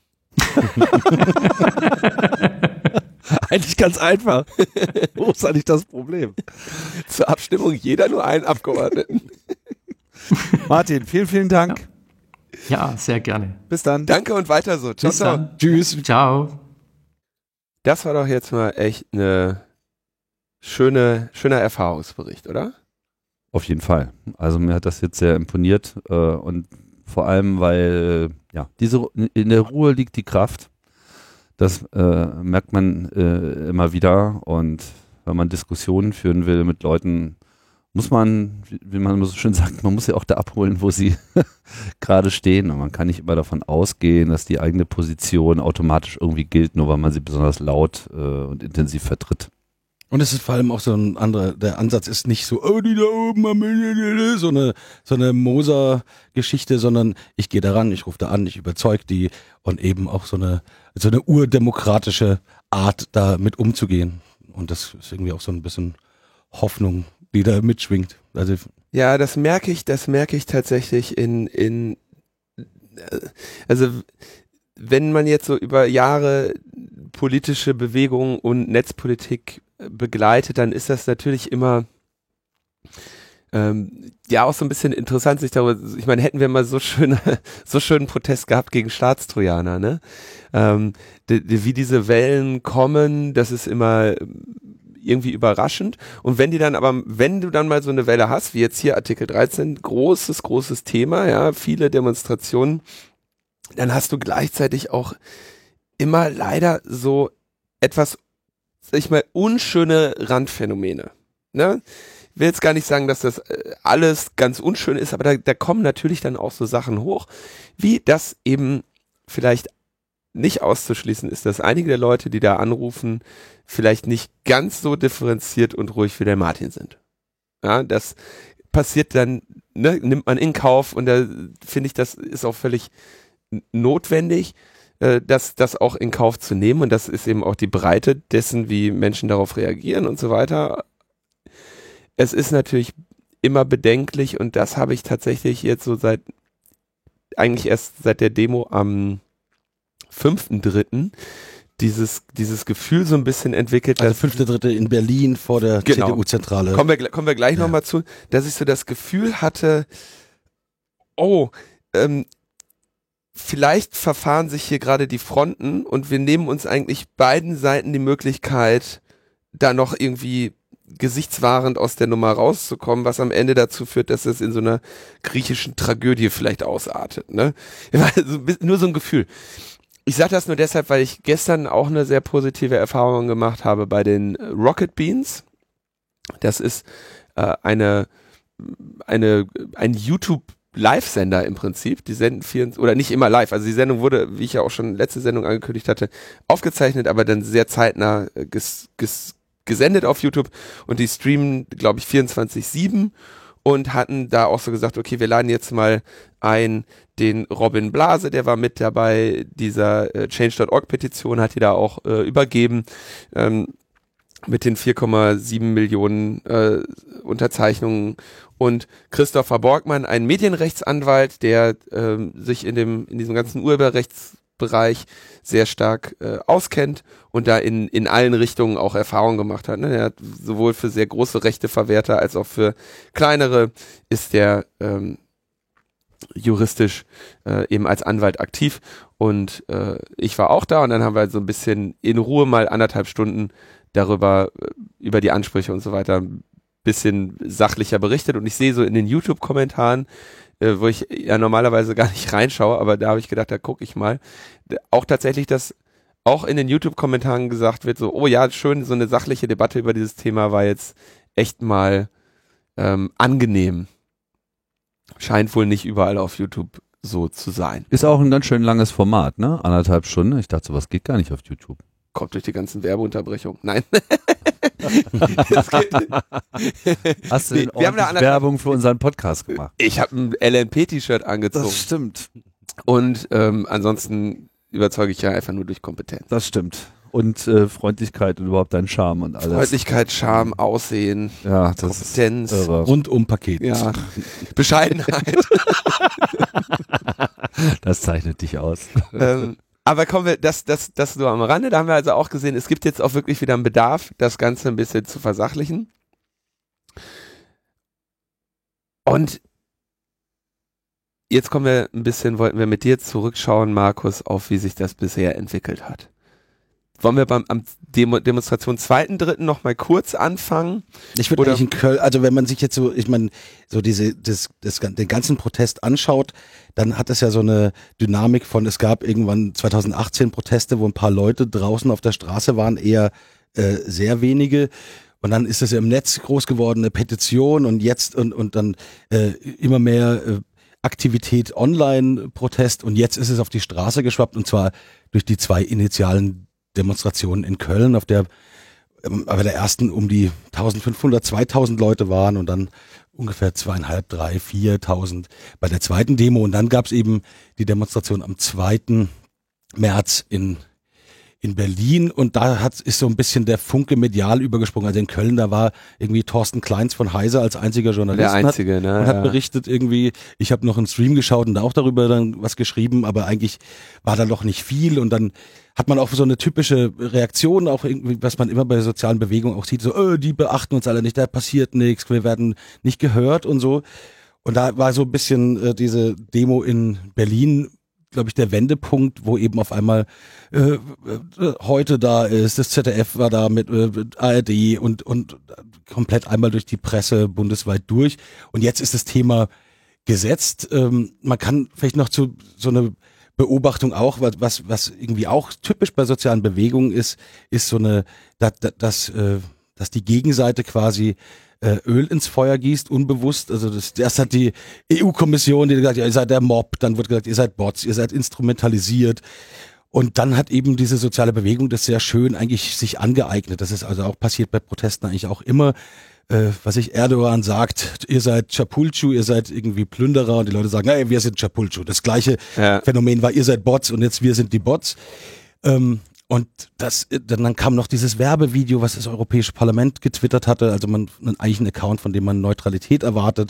S1: Eigentlich ganz einfach. Wo ist eigentlich das Problem?
S2: Zur Abstimmung jeder nur einen Abgeordneten.
S1: Martin, vielen, vielen Dank.
S4: Ja, sehr gerne.
S1: Bis dann.
S2: Danke und weiter so. Ciao,
S4: Bis
S2: ciao.
S4: dann.
S3: Tschüss.
S4: Ciao.
S2: Das war doch jetzt mal echt eine schöner Erfahrungsbericht, oder?
S1: Auf jeden Fall. Also mir hat das jetzt sehr imponiert und vor allem, weil in der Ruhe liegt die Kraft. Das merkt man immer wieder und wenn man Diskussionen führen will mit Leuten, muss man, wie man so schön sagt, man muss sie auch da abholen, wo sie gerade stehen und man kann nicht immer davon ausgehen, dass die eigene Position automatisch irgendwie gilt, nur weil man sie besonders laut und intensiv vertritt.
S3: Und es ist vor allem auch so ein anderer, der Ansatz ist nicht so, oh, die da oben, so eine Moser-Geschichte, sondern ich gehe daran, ich rufe da an, ich überzeug die und eben auch so eine urdemokratische Art, da mit umzugehen. Und das ist irgendwie auch so ein bisschen Hoffnung, die da mitschwingt. Also
S2: ja, das merke ich tatsächlich also wenn man jetzt so über Jahre politische Bewegungen und Netzpolitik begleitet, dann ist das natürlich immer auch so ein bisschen interessant, sich darüber, ich meine, hätten wir mal so schönen Protest gehabt gegen Staatstrojaner, ne? Wie diese Wellen kommen, das ist immer irgendwie überraschend. Und wenn du dann mal so eine Welle hast, wie jetzt hier Artikel 13, großes Thema, ja, viele Demonstrationen, dann hast du gleichzeitig auch immer leider so etwas, sag ich mal, unschöne Randphänomene. Ne? Ich will jetzt gar nicht sagen, dass das alles ganz unschön ist, aber da kommen natürlich dann auch so Sachen hoch, wie das eben vielleicht nicht auszuschließen ist, dass einige der Leute, die da anrufen, vielleicht nicht ganz so differenziert und ruhig wie der Martin sind. Ja, das passiert dann, ne, nimmt man in Kauf und da finde ich, das ist auch völlig notwendig, das auch in Kauf zu nehmen und das ist eben auch die Breite dessen, wie Menschen darauf reagieren und so weiter. Es ist natürlich immer bedenklich und das habe ich tatsächlich jetzt so eigentlich erst seit der Demo am 5.3. dieses Gefühl so ein bisschen entwickelt.
S3: Also 5.3. in Berlin vor der CDU-Zentrale.
S2: Kommen wir gleich nochmal zu, dass ich so das Gefühl hatte, vielleicht verfahren sich hier gerade die Fronten und wir nehmen uns eigentlich beiden Seiten die Möglichkeit, da noch irgendwie gesichtswahrend aus der Nummer rauszukommen, was am Ende dazu führt, dass es in so einer griechischen Tragödie vielleicht ausartet. Ne? Also nur so ein Gefühl. Ich sage das nur deshalb, weil ich gestern auch eine sehr positive Erfahrung gemacht habe bei den Rocket Beans. Das ist ein YouTube Live-Sender im Prinzip. Die senden oder nicht immer live. Also die Sendung wurde, wie ich ja auch schon letzte Sendung angekündigt hatte, aufgezeichnet, aber dann sehr zeitnah gesendet auf YouTube. Und die streamen, glaube ich, 24/7 und hatten da auch so gesagt, okay, wir laden jetzt mal den Robin Blase, der war mit dabei, dieser Change.org-Petition hat die da auch übergeben, mit den 4,7 Millionen Unterzeichnungen, und Christopher Borgmann, ein Medienrechtsanwalt, der sich in diesem ganzen Urheberrechtsbereich sehr stark auskennt und da in allen Richtungen auch Erfahrung gemacht hat. Ne? Er hat sowohl für sehr große Rechteverwerter als auch für kleinere ist der juristisch eben als Anwalt aktiv, und ich war auch da, und dann haben wir halt so ein bisschen in Ruhe mal 1,5 Stunden über die Ansprüche und so weiter ein bisschen sachlicher berichtet, und ich sehe so in den YouTube-Kommentaren, wo ich ja normalerweise gar nicht reinschaue, aber da habe ich gedacht, da gucke ich mal, auch tatsächlich, dass auch in den YouTube-Kommentaren gesagt wird, so, oh ja, schön, so eine sachliche Debatte über dieses Thema war jetzt echt mal angenehm. Scheint wohl nicht überall auf YouTube so zu sein.
S1: Ist auch ein ganz schön langes Format, ne? 1,5 Stunden. Ich dachte, sowas geht gar nicht auf YouTube.
S2: Kommt durch die ganzen Werbeunterbrechungen. Nein.
S1: Hast du denn ordentlich Werbung für unseren Podcast gemacht?
S2: Ich habe ein LNP-T-Shirt angezogen.
S1: Das stimmt.
S2: Und ansonsten überzeuge ich ja einfach nur durch Kompetenz.
S1: Das stimmt. Und Freundlichkeit und überhaupt dein Charme und alles.
S2: Freundlichkeit, Charme, Aussehen,
S1: ja, das
S2: Kompetenz.
S1: Ist irre.
S3: Rundum-Paket.
S2: Ja, Bescheidenheit.
S1: Das zeichnet dich aus.
S2: Aber kommen wir, das nur am Rande, da haben wir also auch gesehen, es gibt jetzt auch wirklich wieder einen Bedarf, das Ganze ein bisschen zu versachlichen. Und jetzt wollten wir mit dir zurückschauen, Markus, auf wie sich das bisher entwickelt hat. Wollen wir am Demonstration 2.3. noch mal kurz anfangen?
S3: Ich würde eigentlich in Köln, also wenn man sich jetzt so, ich meine, so den ganzen Protest anschaut, dann hat es ja so eine Dynamik von, es gab irgendwann 2018 Proteste, wo ein paar Leute draußen auf der Straße waren, eher sehr wenige. Und dann ist es ja im Netz groß geworden, eine Petition, und jetzt und dann immer mehr Aktivität, Online-Protest, und jetzt ist es auf die Straße geschwappt, und zwar durch die 2 initialen Demonstrationen in Köln, auf der bei der ersten um die 1500, 2000 Leute waren, und dann ungefähr 2.500, 3.000, 4.000 bei der zweiten Demo, und dann gab es eben die Demonstration am 2. März in Berlin, und da ist so ein bisschen der Funke medial übergesprungen. Also in Köln, da war irgendwie Thorsten Kleins von Heise als einziger Journalist.
S2: Der Einzige,
S3: und hat berichtet irgendwie, ich habe noch einen Stream geschaut und da auch darüber dann was geschrieben, aber eigentlich war da noch nicht viel, und dann hat man auch so eine typische Reaktion, auch irgendwie, was man immer bei sozialen Bewegungen auch sieht, so, die beachten uns alle nicht, da passiert nichts, wir werden nicht gehört und so. Und da war so ein bisschen diese Demo in Berlin, glaube ich, der Wendepunkt, wo eben auf einmal heute da ist, das ZDF war da mit ARD und komplett einmal durch die Presse bundesweit durch. Und jetzt ist das Thema gesetzt. Man kann vielleicht noch zu so eine Beobachtung auch, was irgendwie auch typisch bei sozialen Bewegungen ist so eine, dass die Gegenseite quasi Öl ins Feuer gießt, unbewusst. Also erst hat die EU-Kommission, die gesagt, ja, ihr seid der Mob, dann wird gesagt, ihr seid Bots, ihr seid instrumentalisiert. Und dann hat eben diese soziale Bewegung das sehr schön eigentlich sich angeeignet. Das ist also auch passiert bei Protesten eigentlich auch immer. Was Erdogan sagt, ihr seid Çapulcu, ihr seid irgendwie Plünderer, und die Leute sagen, hey, wir sind Çapulcu. Das gleiche Phänomen war, ihr seid Bots, und jetzt wir sind die Bots. Und dann kam noch dieses Werbevideo, was das Europäische Parlament getwittert hatte, also eigentlich ein Account, von dem man Neutralität erwartet.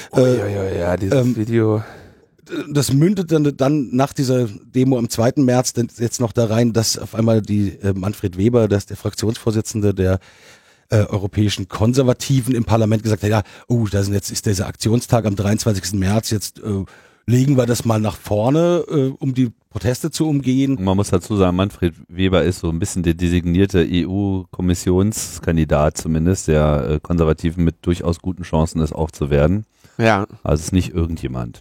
S2: Dieses Video.
S3: Das mündet dann nach dieser Demo am 2. März jetzt noch da rein, dass auf einmal die Manfred Weber, das ist der Fraktionsvorsitzende der europäischen Konservativen im Parlament, gesagt hat, ja, jetzt ist dieser Aktionstag am 23. März, jetzt legen wir das mal nach vorne, um die Proteste zu umgehen.
S1: Man muss dazu sagen, Manfred Weber ist so ein bisschen der designierte EU-Kommissionskandidat zumindest, der Konservativen mit durchaus guten Chancen ist, auch zu werden.
S2: Ja.
S1: Also es ist nicht irgendjemand.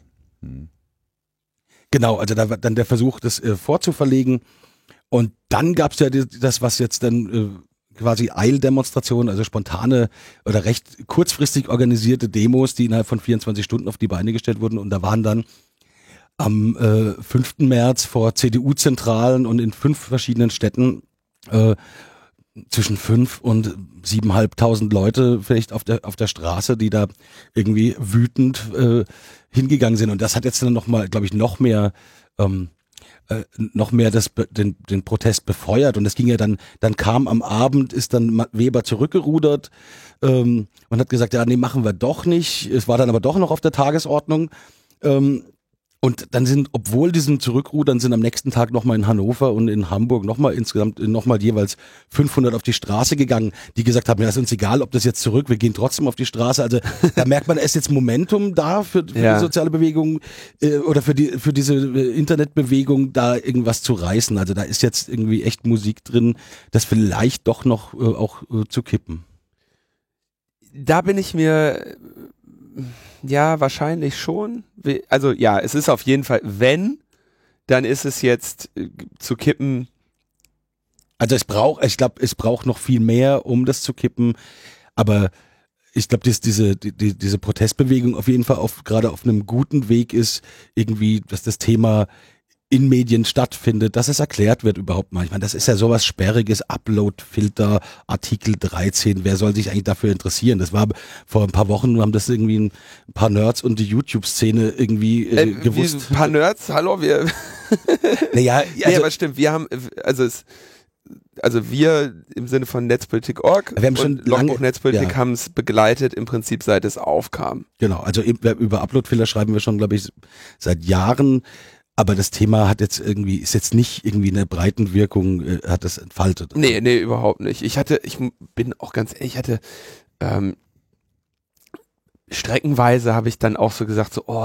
S3: Genau, also da war dann der Versuch, das vorzuverlegen. Und dann gab es ja das, was jetzt dann quasi Eildemonstrationen, also spontane oder recht kurzfristig organisierte Demos, die innerhalb von 24 Stunden auf die Beine gestellt wurden. Und da waren dann am 5. März vor CDU-Zentralen und in 5 verschiedenen Städten zwischen 5.000 und 7.500 Leute vielleicht auf der Straße, die da irgendwie wütend hingegangen sind. Und das hat jetzt dann nochmal, glaube ich, noch mehr den Protest befeuert. Und das ging ja dann kam am Abend, ist dann Weber zurückgerudert und hat gesagt, ja, nee, machen wir doch nicht. Es war dann aber doch noch auf der Tagesordnung. Und dann sind, obwohl diesen Zurückrudern, sind am nächsten Tag nochmal in Hannover und in Hamburg insgesamt nochmal jeweils 500 auf die Straße gegangen, die gesagt haben, ja, ist uns egal, ob das jetzt zurück, wir gehen trotzdem auf die Straße. Also da merkt man, es ist jetzt Momentum da für die soziale Bewegung oder für diese Internetbewegung, da irgendwas zu reißen. Also da ist jetzt irgendwie echt Musik drin, das vielleicht doch noch auch zu kippen.
S2: Da bin ich mir... Ja, wahrscheinlich schon. Also ja, es ist auf jeden Fall, dann ist es jetzt zu kippen.
S3: Also ich glaube, es braucht noch viel mehr, um das zu kippen. Aber ich glaube, dass diese Protestbewegung auf jeden Fall gerade auf einem guten Weg ist, irgendwie, dass das Thema in Medien stattfindet, dass es erklärt wird überhaupt mal. Ich meine, das ist ja sowas Sperriges, Upload-Filter, Artikel 13, wer soll sich eigentlich dafür interessieren? Das war vor ein paar Wochen, haben das irgendwie ein paar Nerds und die YouTube-Szene irgendwie gewusst.
S2: Ein paar Nerds, hallo, wir...
S3: Naja,
S2: nee, aber stimmt, wir haben, wir im Sinne von Netzpolitik.org und Logbuch Netzpolitik haben es begleitet im Prinzip seit es aufkam.
S3: Genau, also über Upload-Filter schreiben wir schon, glaube ich, seit Jahren. Aber das Thema ist jetzt nicht irgendwie eine Breitenwirkung, hat das entfaltet.
S2: Nee, überhaupt nicht. Ich bin auch ganz ehrlich, streckenweise habe ich dann auch so gesagt, so,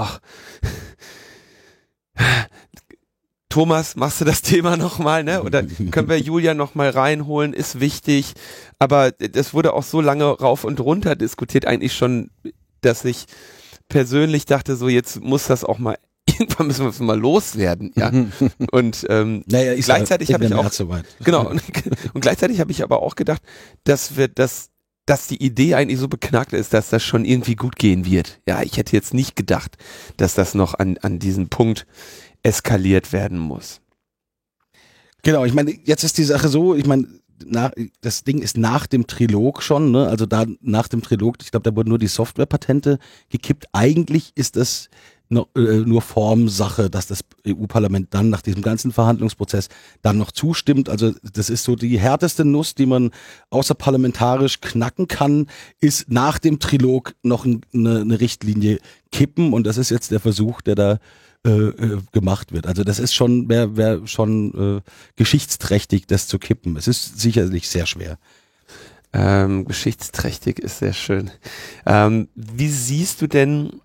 S2: Thomas, machst du das Thema nochmal, ne? Oder können wir Julia nochmal reinholen, ist wichtig. Aber das wurde auch so lange rauf und runter diskutiert, eigentlich schon, dass ich persönlich dachte, so jetzt muss das auch mal, irgendwann müssen wir es mal loswerden, ja. Und gleichzeitig habe ich auch genau und gleichzeitig habe ich aber auch gedacht, dass die Idee eigentlich so beknackt ist, dass das schon irgendwie gut gehen wird. Ja, ich hätte jetzt nicht gedacht, dass das noch an diesem Punkt eskaliert werden muss.
S3: Genau, ich meine, jetzt ist die Sache so, ich meine, das Ding ist nach dem Trilog schon, ne? Also da nach dem Trilog, ich glaube, da wurden nur die Softwarepatente gekippt. Eigentlich ist das nur Formsache, dass das EU-Parlament dann nach diesem ganzen Verhandlungsprozess dann noch zustimmt. Also das ist so die härteste Nuss, die man außerparlamentarisch knacken kann, ist nach dem Trilog noch eine Richtlinie kippen, und das ist jetzt der Versuch, der da gemacht wird. Also das ist schon, wäre schon geschichtsträchtig, das zu kippen. Es ist sicherlich sehr schwer.
S2: Geschichtsträchtig ist sehr schön. Wie siehst du denn,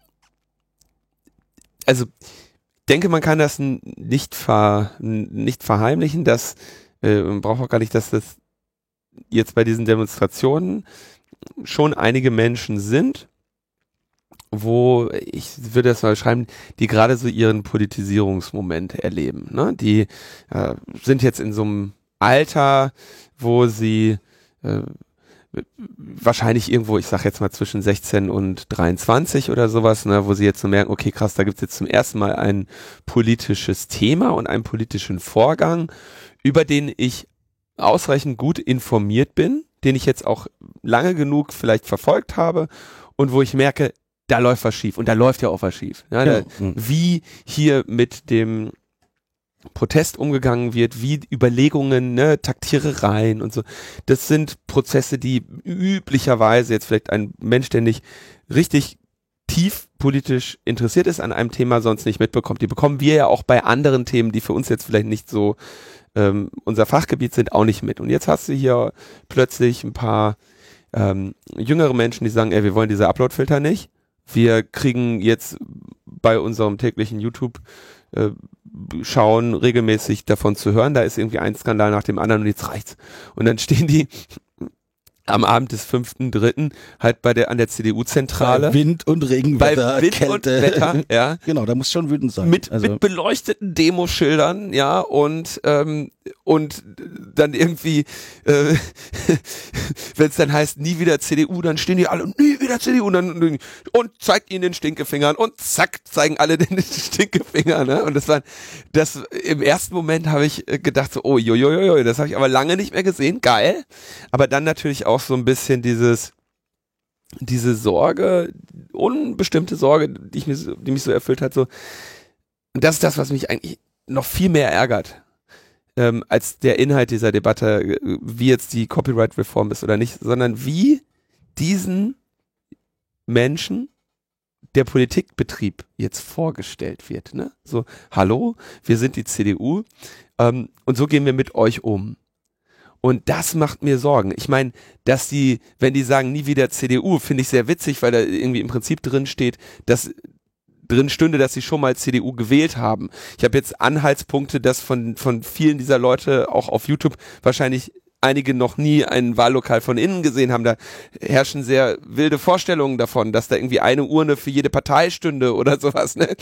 S2: also denke, man kann das nicht verheimlichen, dass man braucht auch gar nicht, dass das jetzt bei diesen Demonstrationen schon einige Menschen sind, wo, ich würde das mal schreiben, die gerade so ihren Politisierungsmoment erleben. Ne? Die sind jetzt in so einem Alter, wo sie wahrscheinlich irgendwo, ich sag jetzt mal zwischen 16 und 23 oder sowas, ne, wo sie jetzt so merken, okay, krass, da gibt's jetzt zum ersten Mal ein politisches Thema und einen politischen Vorgang, über den ich ausreichend gut informiert bin, den ich jetzt auch lange genug vielleicht verfolgt habe und wo ich merke, da läuft was schief, und da läuft ja auch was schief. Ja, wie hier mit dem Protest umgegangen wird, wie Überlegungen, ne, Taktierereien und so. Das sind Prozesse, die üblicherweise jetzt vielleicht ein Mensch, der nicht richtig tief politisch interessiert ist an einem Thema, sonst nicht mitbekommt. Die bekommen wir ja auch bei anderen Themen, die für uns jetzt vielleicht nicht so unser Fachgebiet sind, auch nicht mit. Und jetzt hast du hier plötzlich ein paar jüngere Menschen, die sagen, ey, wir wollen diese Upload-Filter nicht. Wir kriegen jetzt bei unserem täglichen YouTube schauen, regelmäßig davon zu hören, da ist irgendwie ein Skandal nach dem anderen und jetzt reicht's. Und dann stehen die am Abend des 5.3. halt an der CDU-Zentrale.
S3: Bei Wind und Regenwetter, Kälte.
S2: Und Wetter, ja.
S3: Genau, da muss schon wütend sein.
S2: Mit beleuchteten Demoschildern, ja, und dann irgendwie, wenn es dann heißt, nie wieder CDU, dann stehen die alle, nie wieder CDU, und zeigt ihnen den Stinkefinger und zack, zeigen alle den Stinkefinger, ne? Und das im ersten Moment habe ich gedacht so, oh, jojojojo, das habe ich aber lange nicht mehr gesehen, geil. Aber dann natürlich auch so ein bisschen diese Sorge, unbestimmte Sorge, die mich so erfüllt hat, so. Und das ist das, was mich eigentlich noch viel mehr ärgert, als der Inhalt dieser Debatte, wie jetzt die Copyright-Reform ist oder nicht, sondern wie diesen Menschen der Politikbetrieb jetzt vorgestellt wird, ne? So, hallo, wir sind die CDU, und so gehen wir mit euch um. Und das macht mir Sorgen. Ich meine, wenn die sagen, nie wieder CDU, finde ich sehr witzig, weil da irgendwie im Prinzip drin steht, dass drin stünde, dass sie schon mal CDU gewählt haben. Ich habe jetzt Anhaltspunkte, dass von vielen dieser Leute auch auf YouTube wahrscheinlich einige noch nie ein Wahllokal von innen gesehen haben. Da herrschen sehr wilde Vorstellungen davon, dass da irgendwie eine Urne für jede Partei stünde oder sowas. Ne?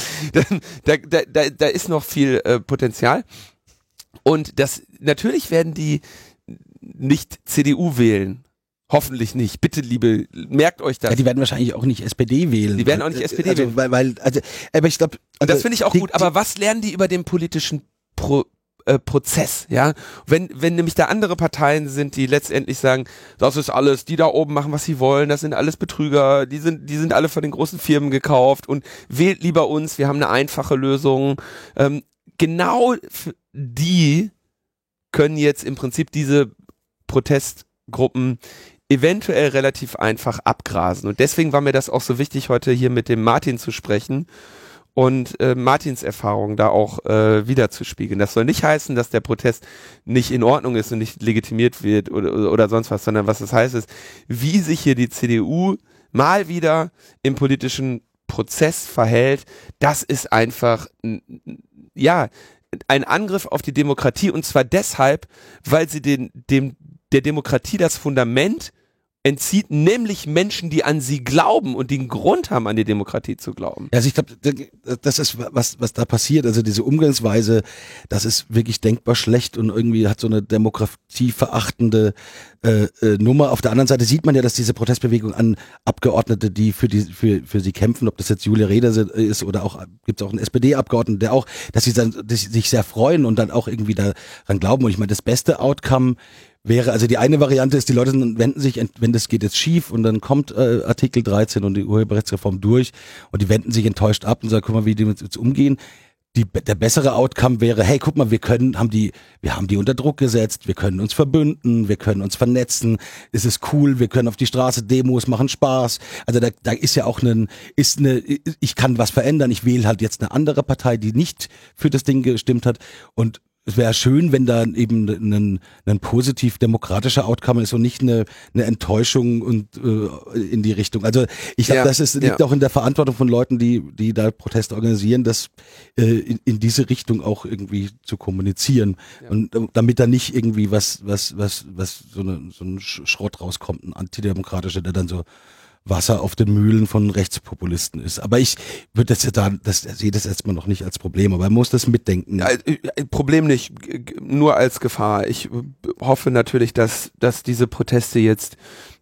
S2: Da ist noch viel Potenzial. Und natürlich werden die nicht CDU wählen. Hoffentlich nicht. Bitte, liebe, merkt euch das.
S3: Ja, die werden wahrscheinlich auch nicht SPD wählen.
S2: Die werden auch nicht SPD wählen.
S3: Aber ich glaube...
S2: Und das finde ich auch gut. Aber was lernen die über den politischen Prozess, ja? Wenn nämlich da andere Parteien sind, die letztendlich sagen, das ist alles, die da oben machen, was sie wollen, das sind alles Betrüger, die sind alle von den großen Firmen gekauft und wählt lieber uns, wir haben eine einfache Lösung. Genau die können jetzt im Prinzip diese Protestgruppen eventuell relativ einfach abgrasen. Und deswegen war mir das auch so wichtig, heute hier mit dem Martin zu sprechen und Martins Erfahrung da auch wiederzuspiegeln. Das soll nicht heißen, dass der Protest nicht in Ordnung ist und nicht legitimiert wird oder sonst was, sondern was das heißt ist, wie sich hier die CDU mal wieder im politischen Prozess verhält, das ist einfach, ja, ein Angriff auf die Demokratie, und zwar deshalb, weil sie der Demokratie das Fundament entzieht, nämlich Menschen, die an sie glauben und die einen Grund haben, an die Demokratie zu glauben.
S3: Also ich glaube, das ist was da passiert, also diese Umgangsweise, das ist wirklich denkbar schlecht und irgendwie hat so eine demokratieverachtende Nummer. Auf der anderen Seite sieht man ja, dass diese Protestbewegung an Abgeordnete, die für sie kämpfen, ob das jetzt Julia Reda ist oder auch gibt es auch einen SPD-Abgeordneten, der auch, dass sie sich sehr freuen und dann auch irgendwie daran glauben. Und ich meine, das beste Outcome wäre, also die eine Variante ist, die Leute wenden sich, wenn das geht jetzt schief und dann kommt Artikel 13 und die Urheberrechtsreform durch und die wenden sich enttäuscht ab und sagen, guck mal, wie die mit uns umgehen. Der bessere Outcome wäre, hey, guck mal, wir haben die unter Druck gesetzt, wir können uns verbünden, wir können uns vernetzen, es ist cool, wir können auf die Straße, Demos machen Spaß. Also da ist ja auch ich kann was verändern, ich wähle halt jetzt eine andere Partei, die nicht für das Ding gestimmt hat, und es wäre schön, wenn da eben ein positiv demokratischer Outcome ist und nicht eine Enttäuschung und in die Richtung. Also ich glaube, das liegt auch in der Verantwortung von Leuten, die da Proteste organisieren, das in diese Richtung auch irgendwie zu kommunizieren, und damit da nicht irgendwie was so ein Schrott rauskommt, ein antidemokratischer, der dann so Wasser auf den Mühlen von Rechtspopulisten ist. Aber ich würde sehe das erstmal noch nicht als Problem, aber man muss das mitdenken.
S2: Ja, Problem nicht, nur als Gefahr. Ich hoffe natürlich, dass diese Proteste jetzt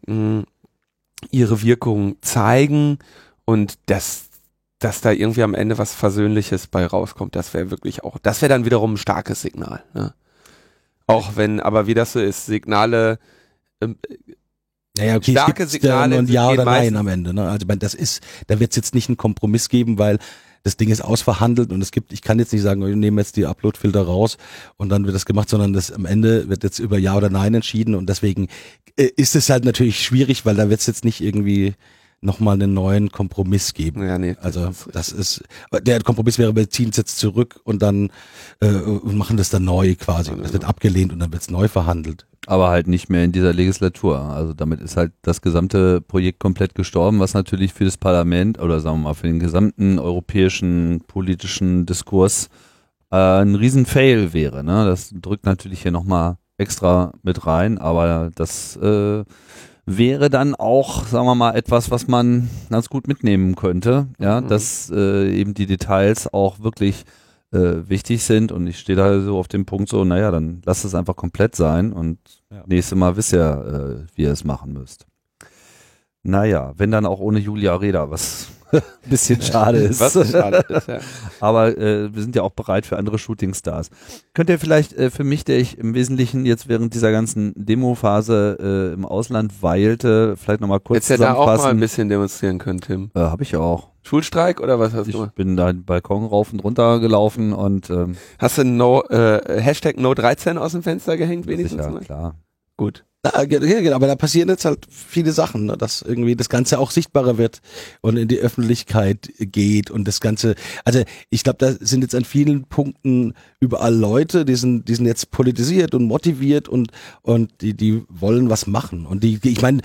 S2: ihre Wirkung zeigen und dass da irgendwie am Ende was Versöhnliches bei rauskommt. Das wäre dann wiederum ein starkes Signal. Ne? Auch wenn, aber wie das so ist, Signale
S3: Ja, okay,
S2: starke Signale
S3: und Ja oder Nein am Ende. Ne? Also da wird es jetzt nicht einen Kompromiss geben, weil das Ding ist ausverhandelt und ich kann jetzt nicht sagen, wir nehmen jetzt die Uploadfilter raus und dann wird das gemacht, sondern am Ende wird jetzt über Ja oder Nein entschieden, und deswegen ist es halt natürlich schwierig, weil da wird es jetzt nicht irgendwie nochmal einen neuen Kompromiss geben.
S2: Ja, nee,
S3: also der Kompromiss wäre, wir ziehen es jetzt zurück und dann machen das dann neu quasi. Das wird abgelehnt und dann wird es neu verhandelt.
S1: Aber halt nicht mehr in dieser Legislatur. Also damit ist halt das gesamte Projekt komplett gestorben, was natürlich für das Parlament oder sagen wir mal für den gesamten europäischen politischen Diskurs ein Riesen-Fail wäre. Ne? Das drückt natürlich hier nochmal extra mit rein, aber das wäre dann auch, sagen wir mal, etwas, was man ganz gut mitnehmen könnte, ja, dass eben die Details auch wirklich wichtig sind und ich stehe da so auf dem Punkt so, naja, dann lasst es einfach komplett sein und nächstes Mal wisst ihr, wie ihr es machen müsst. Naja, wenn dann auch ohne Julia Reda, was ein bisschen schade ist.
S2: Was schade ist, ja.
S1: Aber wir sind ja auch bereit für andere Shootingstars. Könnt ihr vielleicht für mich, der ich im Wesentlichen jetzt während dieser ganzen Demophase im Ausland weilte, vielleicht nochmal kurz
S2: jetzt
S1: zusammenfassen.
S2: Jetzt hätte er auch mal ein bisschen demonstrieren können, Tim.
S1: Habe ich auch.
S2: Schulstreik oder was hast
S1: ich
S2: du?
S1: Ich bin da den Balkon rauf und runter gelaufen und
S2: hast du Hashtag No13 aus dem Fenster gehängt wenigstens?
S1: Sicher, klar.
S2: Gut.
S3: Ja, genau, aber da passieren jetzt halt viele Sachen, ne, dass irgendwie das Ganze auch sichtbarer wird und in die Öffentlichkeit geht und das Ganze, also ich glaube, da sind jetzt an vielen Punkten überall Leute, die sind jetzt politisiert und motiviert und die wollen was machen und ich meine,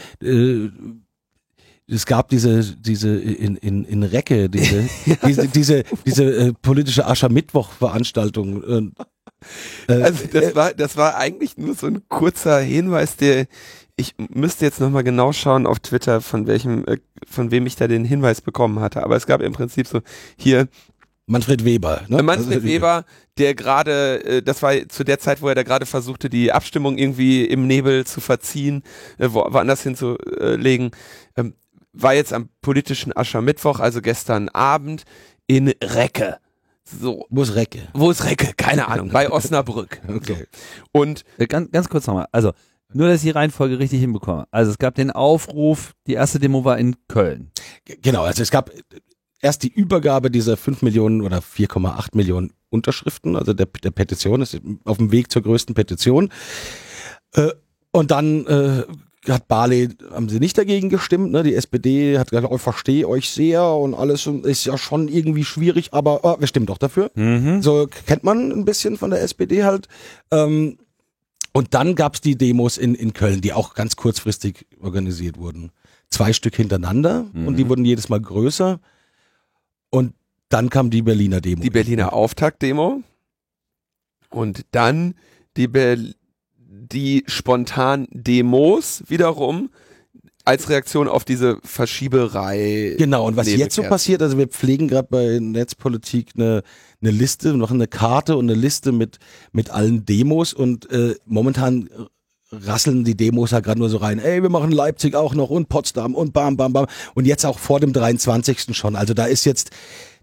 S3: es gab diese in Recke diese politische Aschermittwoch-Veranstaltung.
S2: Also das war eigentlich nur so ein kurzer Hinweis, ich müsste jetzt nochmal genau schauen auf Twitter, von wem ich da den Hinweis bekommen hatte. Aber es gab im Prinzip so hier
S3: Manfred Weber. Ne?
S2: Manfred Weber, der gerade, das war zu der Zeit, wo er da gerade versuchte, die Abstimmung irgendwie im Nebel zu verziehen, woanders hinzulegen, war jetzt am politischen Aschermittwoch, also gestern Abend, in Recke. So.
S3: Wo ist Recke?
S2: Wo ist Recke? Keine Ahnung. Bei Osnabrück.
S3: Okay.
S2: So. Und
S1: ganz kurz nochmal. Also, nur, dass ich die Reihenfolge richtig hinbekomme. Also, es gab den Aufruf, die erste Demo war in Köln.
S3: Genau, also es gab erst die Übergabe dieser 5 Millionen oder 4,8 Millionen Unterschriften, also der Petition, ist auf dem Weg zur größten Petition. Und dann hat Barley, haben sie nicht dagegen gestimmt, ne? Die SPD hat gesagt, ich verstehe euch sehr und alles ist ja schon irgendwie schwierig, aber wir stimmen doch dafür. So kennt man ein bisschen von der SPD halt. Und dann gab's die Demos in Köln, die auch ganz kurzfristig organisiert wurden. 2 Stück hintereinander und die wurden jedes Mal größer. Und dann kam die Berliner Demo.
S2: Die Berliner Auftaktdemo und dann die spontan Demos wiederum als Reaktion auf diese Verschieberei.
S3: Genau, und was jetzt so passiert, also wir pflegen gerade bei Netzpolitik eine Liste, noch eine Karte und eine Liste mit allen Demos und momentan rasseln die Demos ja gerade nur so rein, ey, wir machen Leipzig auch noch und Potsdam und bam, bam, bam und jetzt auch vor dem 23. schon, also da ist jetzt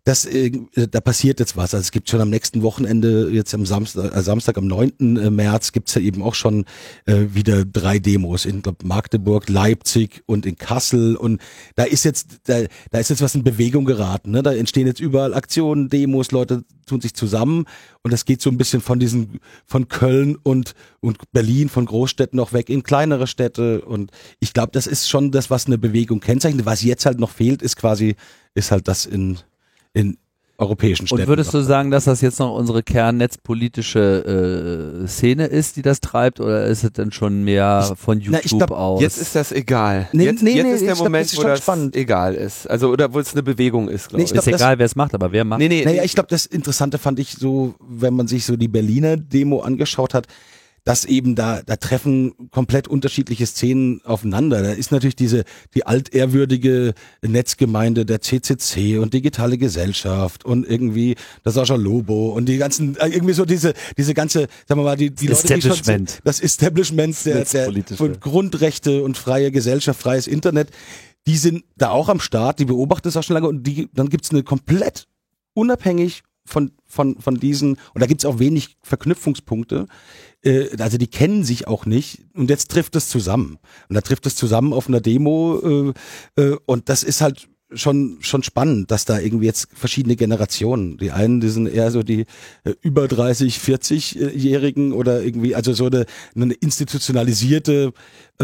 S3: da passiert jetzt was. Also es gibt schon am nächsten Wochenende, jetzt am Samstag am 9. März gibt's ja eben auch schon wieder 3 Demos in Magdeburg, Leipzig und in Kassel und da ist jetzt was in Bewegung geraten. Ne? Da entstehen jetzt überall Aktionen, Demos, Leute tun sich zusammen und das geht so ein bisschen von Köln und Berlin, von Großstädten noch weg in kleinere Städte und ich glaube, das ist schon das, was eine Bewegung kennzeichnet. Was jetzt halt noch fehlt, ist halt das in europäischen Städten.
S1: Und würdest du sagen, dass das jetzt noch unsere kernnetzpolitische Szene ist, die das treibt, oder ist es dann schon mehr von YouTube aus?
S2: Jetzt ist das egal. Jetzt ist der Moment, wo das egal ist. Also, oder wo es eine Bewegung ist, glaube ich.
S1: Ist egal, wer es macht, aber wer macht.
S3: Naja, ich glaube, das Interessante fand ich so, wenn man sich so die Berliner Demo angeschaut hat, dass eben da treffen komplett unterschiedliche Szenen aufeinander. Da ist natürlich die altehrwürdige Netzgemeinde der CCC und Digitale Gesellschaft und irgendwie das Sascha Lobo und die ganzen, irgendwie so diese ganze, sagen wir mal, die Leute, die schon, das Establishment der von Grundrechte und freie Gesellschaft, freies Internet, die sind da auch am Start, die beobachten das auch schon lange und dann gibt's eine komplett unabhängig von diesen, und da gibt's auch wenig Verknüpfungspunkte, also die kennen sich auch nicht und jetzt trifft es zusammen. Und da trifft es zusammen auf einer Demo und das ist halt schon spannend, dass da irgendwie jetzt verschiedene Generationen, die einen, die sind eher so die über 30, 40-Jährigen oder irgendwie, also so eine institutionalisierte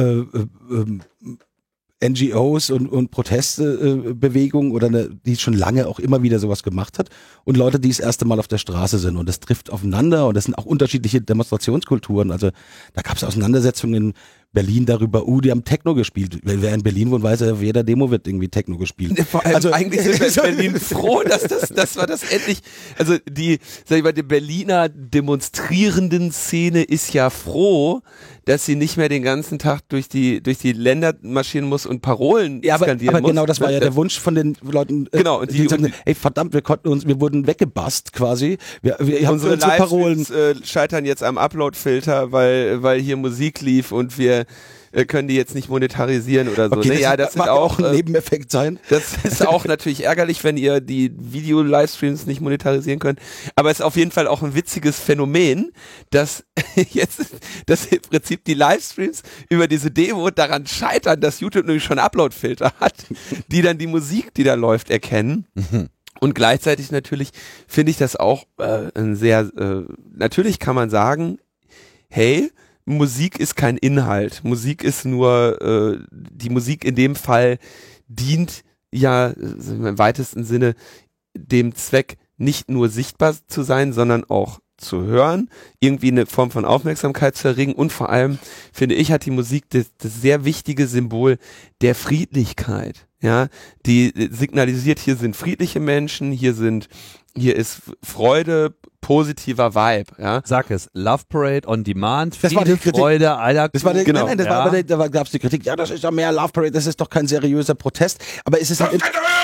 S3: NGOs und Protestbewegung oder die schon lange auch immer wieder sowas gemacht hat und Leute, die das erste Mal auf der Straße sind und das trifft aufeinander und das sind auch unterschiedliche Demonstrationskulturen. Also da gab es Auseinandersetzungen in Berlin darüber, die haben Techno gespielt. Wer in Berlin wohnt, weiß, auf jeder Demo wird irgendwie Techno gespielt.
S2: Vor allem also, eigentlich sind wir in Berlin froh, dass das endlich, also die Berliner demonstrierenden Szene ist ja froh, dass sie nicht mehr den ganzen Tag durch die Länder marschieren muss und Parolen skandieren
S3: aber
S2: muss.
S3: Genau, das war ja der Wunsch von den Leuten,
S2: genau, und
S3: die sagen, ey verdammt, wir wurden weggebast quasi. Wir haben
S2: unsere
S3: so Parolen.
S2: Scheitern jetzt am Upload-Filter, weil hier Musik lief und wir können die jetzt nicht monetarisieren oder so.
S3: Okay,
S2: das sind auch
S3: ein Nebeneffekt sein.
S2: Das ist auch natürlich ärgerlich, wenn ihr die Video-Livestreams nicht monetarisieren könnt. Aber es ist auf jeden Fall auch ein witziges Phänomen, dass im Prinzip die Livestreams über diese Demo daran scheitern, dass YouTube nämlich schon Upload-Filter hat, die dann die Musik, die da läuft, erkennen. Und gleichzeitig natürlich finde ich das auch natürlich kann man sagen, hey, Musik ist kein Inhalt. Musik ist nur, die Musik in dem Fall dient ja im weitesten Sinne dem Zweck, nicht nur sichtbar zu sein, sondern auch zu hören, irgendwie eine Form von Aufmerksamkeit zu erregen und vor allem, finde ich, hat die Musik das sehr wichtige Symbol der Friedlichkeit. Ja, die signalisiert, hier sind friedliche Menschen, hier ist Freude, positiver Vibe, ja.
S1: Sag es, Love Parade on Demand,
S3: das war die Kritik.
S1: Freude, aller
S3: das war die,
S2: genau.
S3: Nein, da gab es die Kritik, ja, das ist ja mehr Love Parade, das ist doch kein seriöser Protest, aber es ist halt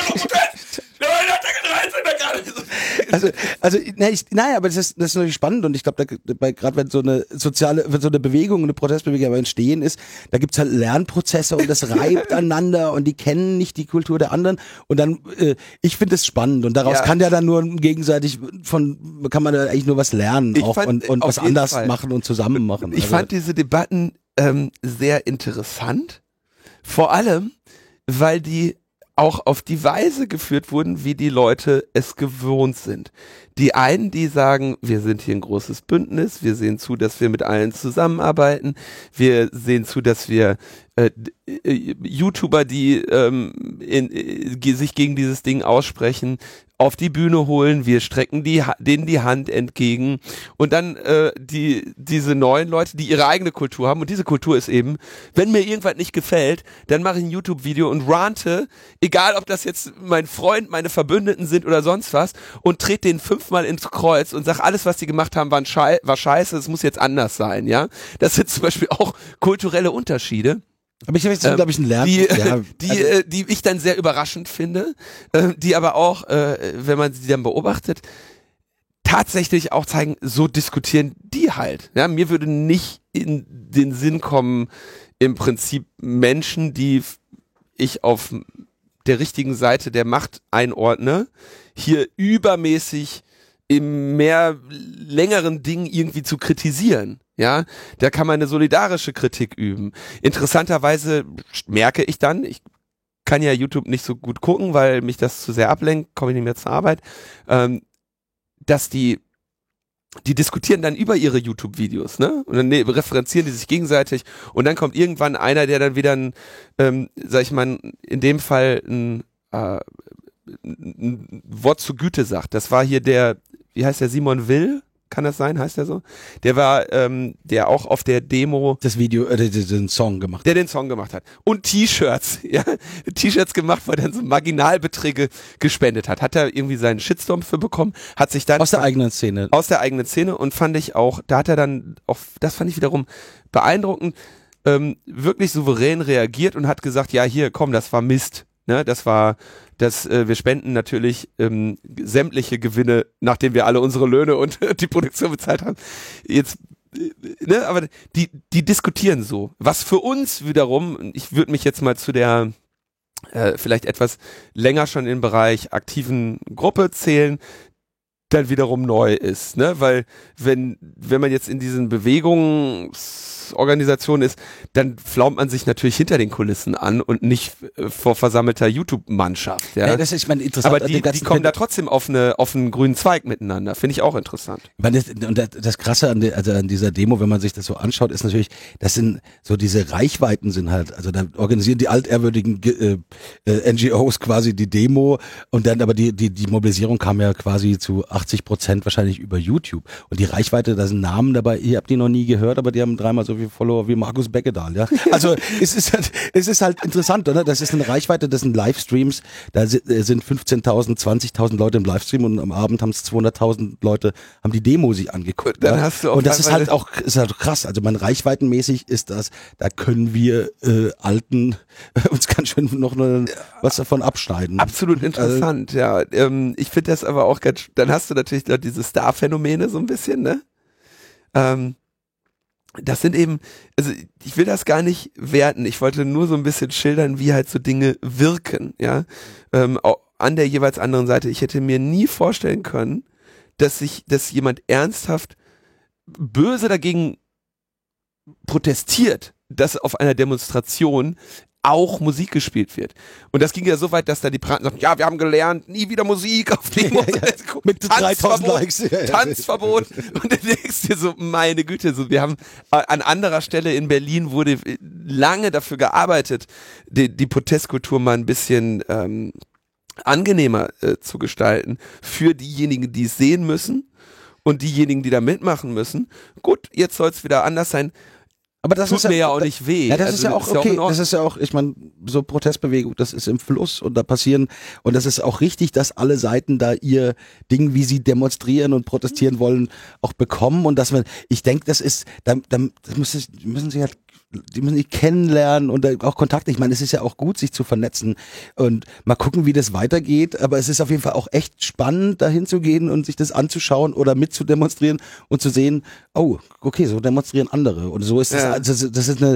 S3: aber das ist natürlich spannend und ich glaube, gerade wenn so eine Bewegung, eine Protestbewegung aber entstehen ist, da gibt's halt Lernprozesse und das reibt aneinander und die kennen nicht die Kultur der anderen und dann, ich finde es spannend und daraus kann ja dann nur gegenseitig kann man da eigentlich nur was lernen und was anders machen und zusammen machen.
S2: Ich fand diese Debatten sehr interessant, vor allem, weil die auch auf die Weise geführt wurden, wie die Leute es gewohnt sind. Die einen, die sagen, wir sind hier ein großes Bündnis, wir sehen zu, dass wir mit allen zusammenarbeiten, wir sehen zu, dass wir YouTuber, die sich gegen dieses Ding aussprechen, auf die Bühne holen, wir strecken denen die Hand entgegen und dann diese neuen Leute, die ihre eigene Kultur haben und diese Kultur ist eben, wenn mir irgendwas nicht gefällt, dann mache ich ein YouTube-Video und rante, egal ob das jetzt mein Freund, meine Verbündeten sind oder sonst was und trete den 5-mal ins Kreuz und sag, alles was die gemacht haben war scheiße, es muss jetzt anders sein, ja. Das sind zum Beispiel auch kulturelle Unterschiede.
S3: Aber ich habe jetzt, glaube ich, ein Lernen.
S2: Die ich dann sehr überraschend finde, die aber auch, wenn man sie dann beobachtet, tatsächlich auch zeigen, so diskutieren die halt. Ja, mir würde nicht in den Sinn kommen, im Prinzip Menschen, die ich auf der richtigen Seite der Macht einordne, hier übermäßig im längeren Ding irgendwie zu kritisieren. Ja, da kann man eine solidarische Kritik üben. Interessanterweise merke ich dann, ich kann ja YouTube nicht so gut gucken, weil mich das zu sehr ablenkt, komme ich nicht mehr zur Arbeit, dass die diskutieren dann über ihre YouTube-Videos, ne? Und dann referenzieren die sich gegenseitig und dann kommt irgendwann einer, der dann wieder sag ich mal, in dem Fall ein Wort zur Güte sagt. Das war hier wie heißt der, Simon Will? Kann das sein? Heißt der so? Der war, der auch auf der Demo
S3: das Video, den Song gemacht hat.
S2: Der den Song gemacht hat. Und T-Shirts, ja. T-Shirts gemacht, wo er dann so Marginalbeträge gespendet hat. Hat er irgendwie seinen Shitstorm für bekommen, hat sich dann
S3: aus der eigenen Szene
S2: und fand ich auch, da hat er dann auch, das fand ich wiederum beeindruckend, wirklich souverän reagiert und hat gesagt, ja hier, komm, das war Mist. Ne, wir spenden natürlich sämtliche Gewinne, nachdem wir alle unsere Löhne und die Produktion bezahlt haben. Jetzt, ne, aber die diskutieren so. Was für uns wiederum, ich würde mich jetzt mal zu der vielleicht etwas länger schon im Bereich aktiven Gruppe zählen, dann wiederum neu ist, ne, weil wenn man jetzt in diesen Bewegungsorganisationen ist, dann flaumt man sich natürlich hinter den Kulissen an und nicht vor versammelter YouTube-Mannschaft, ja.
S3: Das ist, ich meine, interessant.
S2: Aber die kommen da trotzdem auf einen grünen Zweig miteinander, finde ich auch interessant.
S3: Ich meine, das Krasse an dieser Demo, wenn man sich das so anschaut, ist natürlich, das sind so diese Reichweiten sind halt, also da organisieren die altehrwürdigen NGOs quasi die Demo und dann aber die Mobilisierung kam ja quasi zu 80% wahrscheinlich über YouTube. Und die Reichweite, da sind Namen dabei, ihr habt die noch nie gehört, aber die haben 3-mal so viele Follower wie Markus Beckedahl, ja. Also es ist halt interessant, oder? Das ist eine Reichweite, das sind Livestreams, da sind 15.000, 20.000 Leute im Livestream und am Abend haben es 200.000 Leute, haben die Demo sich angeguckt.
S2: Dann hast du auch
S3: und das ist halt auch krass. Also man reichweitenmäßig ist das, da können wir Alten uns ganz schön noch was davon abschneiden.
S2: Absolut interessant, ja. Ich finde das aber auch ganz, dann hast du natürlich da diese Star-Phänomene so ein bisschen, ne? Das sind eben, also ich will das gar nicht werten, ich wollte nur so ein bisschen schildern, wie halt so Dinge wirken, ja, an der jeweils anderen Seite. Ich hätte mir nie vorstellen können, dass jemand ernsthaft böse dagegen protestiert, dass auf einer Demonstration auch Musik gespielt wird. Und das ging ja so weit, dass da die Piraten sagten, ja, wir haben gelernt, nie wieder Musik auf Demos.
S3: Mit 3000 Likes.
S2: Tanzverbot. Und dann denkst du dir so, meine Güte, so, wir haben an anderer Stelle in Berlin wurde lange dafür gearbeitet, die Protestkultur mal ein bisschen angenehmer zu gestalten für diejenigen, die es sehen müssen und diejenigen, die da mitmachen müssen. Gut, jetzt soll es wieder anders sein.
S3: Aber das
S2: tut mir ja auch nicht weh.
S3: Ja, das ist ja auch okay. Das ist ja auch, ich meine, so Protestbewegung, das ist im Fluss und da passieren, und das ist auch richtig, dass alle Seiten da ihr Ding, wie sie demonstrieren und protestieren wollen, auch bekommen, und dass man, ich denke, das ist, das müssen sie halt, die müssen sich kennenlernen und auch Kontakte. Ich meine, es ist ja auch gut, sich zu vernetzen und mal gucken, wie das weitergeht. Aber es ist auf jeden Fall auch echt spannend, dahin zu gehen und sich das anzuschauen oder mitzudemonstrieren und zu sehen, oh, okay, so demonstrieren andere. Und so ist es, also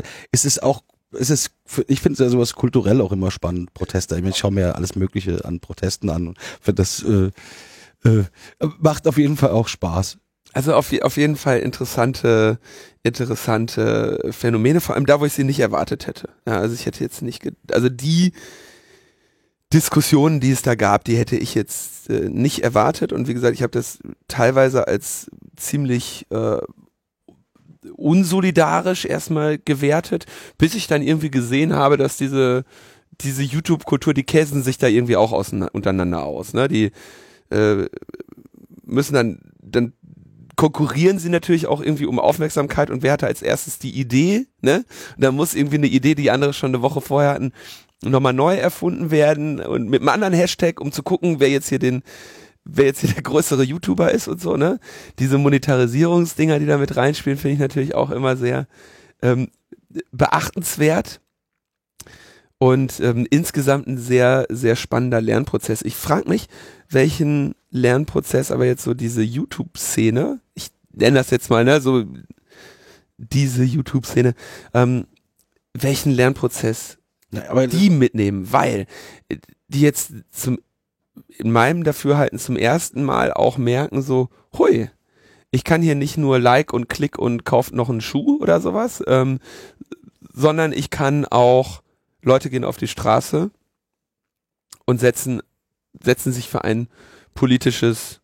S3: ich finde ja sowas kulturell auch immer spannend, Proteste. Ich schaue mir alles Mögliche an Protesten an und finde das macht auf jeden Fall auch Spaß.
S2: Also auf jeden Fall interessante Phänomene, vor allem da, wo ich sie nicht erwartet hätte. Ja, also ich hätte jetzt nicht, also die Diskussionen, die es da gab, die hätte ich jetzt nicht erwartet, und wie gesagt, ich habe das teilweise als ziemlich unsolidarisch erstmal gewertet, bis ich dann irgendwie gesehen habe, dass diese YouTube-Kultur, die käsen sich da irgendwie auch untereinander aus. Ne? Die müssen dann konkurrieren sie natürlich auch irgendwie um Aufmerksamkeit, und wer hatte als erstes die Idee, ne? Und da muss irgendwie eine Idee, die andere schon eine Woche vorher hatten, nochmal neu erfunden werden und mit einem anderen Hashtag, um zu gucken, wer jetzt hier der größere YouTuber ist und so, ne? Diese Monetarisierungsdinger, die da mit reinspielen, finde ich natürlich auch immer sehr beachtenswert und insgesamt ein sehr, sehr spannender Lernprozess. Ich frage mich, welchen Lernprozess aber jetzt so diese YouTube-Szene, ich nenne das jetzt mal, ne, so diese YouTube-Szene, welchen Lernprozess die mitnehmen, weil die jetzt in meinem Dafürhalten zum ersten Mal auch merken, so, hui, ich kann hier nicht nur Like und Klick und kauft noch einen Schuh oder sowas, sondern ich kann auch, Leute gehen auf die Straße und setzen sich für ein politisches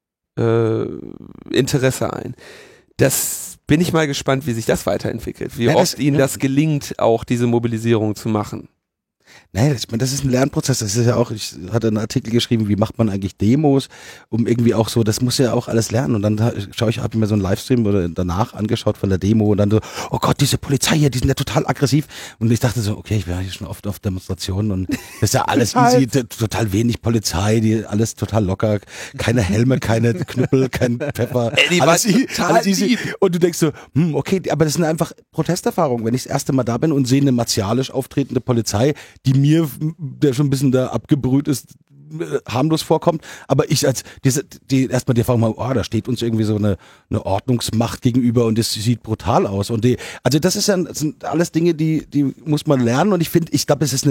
S2: Interesse ein. Das bin ich mal gespannt, wie sich das weiterentwickelt, wie oft ihnen das gelingt, auch diese Mobilisierung zu machen.
S3: Naja, das ist ein Lernprozess. Das ist ja auch, ich hatte einen Artikel geschrieben, wie macht man eigentlich Demos, um irgendwie auch so, das muss ja auch alles lernen. Und dann habe mir so einen Livestream oder danach angeschaut von der Demo und dann so, oh Gott, diese Polizei hier, die sind ja total aggressiv. Und ich dachte so, okay, ich war hier schon oft auf Demonstrationen und das ist ja alles easy, total wenig Polizei, die alles total locker, keine Helme, keine Knüppel, kein Pfeffer. Alles easy. Und du denkst so, okay, aber das sind einfach Protesterfahrungen. Wenn ich das erste Mal da bin und sehe eine martialisch auftretende Polizei, die mir, der schon ein bisschen da abgebrüht ist, harmlos vorkommt, aber ich als erstmal die Erfahrung habe, da steht uns irgendwie so eine Ordnungsmacht gegenüber und das sieht brutal aus. Und also das sind alles Dinge, die muss man lernen, und ich glaube, es ist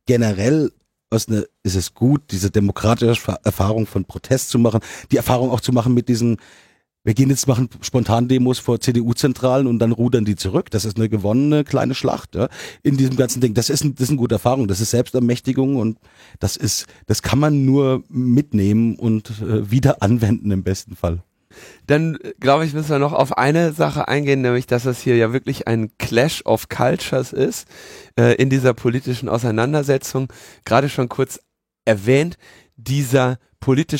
S3: ist es gut, diese demokratische Erfahrung von Protest zu machen, die Erfahrung auch zu machen mit diesen, wir gehen jetzt machen Spontan-Demos vor CDU-Zentralen und dann rudern die zurück. Das ist eine gewonnene kleine Schlacht, ja, in diesem ganzen Ding. Das ist eine gute Erfahrung. Das ist Selbstermächtigung, und das kann man nur mitnehmen und wieder anwenden im besten Fall.
S2: Dann, glaube ich, müssen wir noch auf eine Sache eingehen, nämlich, dass das hier ja wirklich ein Clash of Cultures ist, in dieser politischen Auseinandersetzung. Gerade schon kurz erwähnt, dieser politische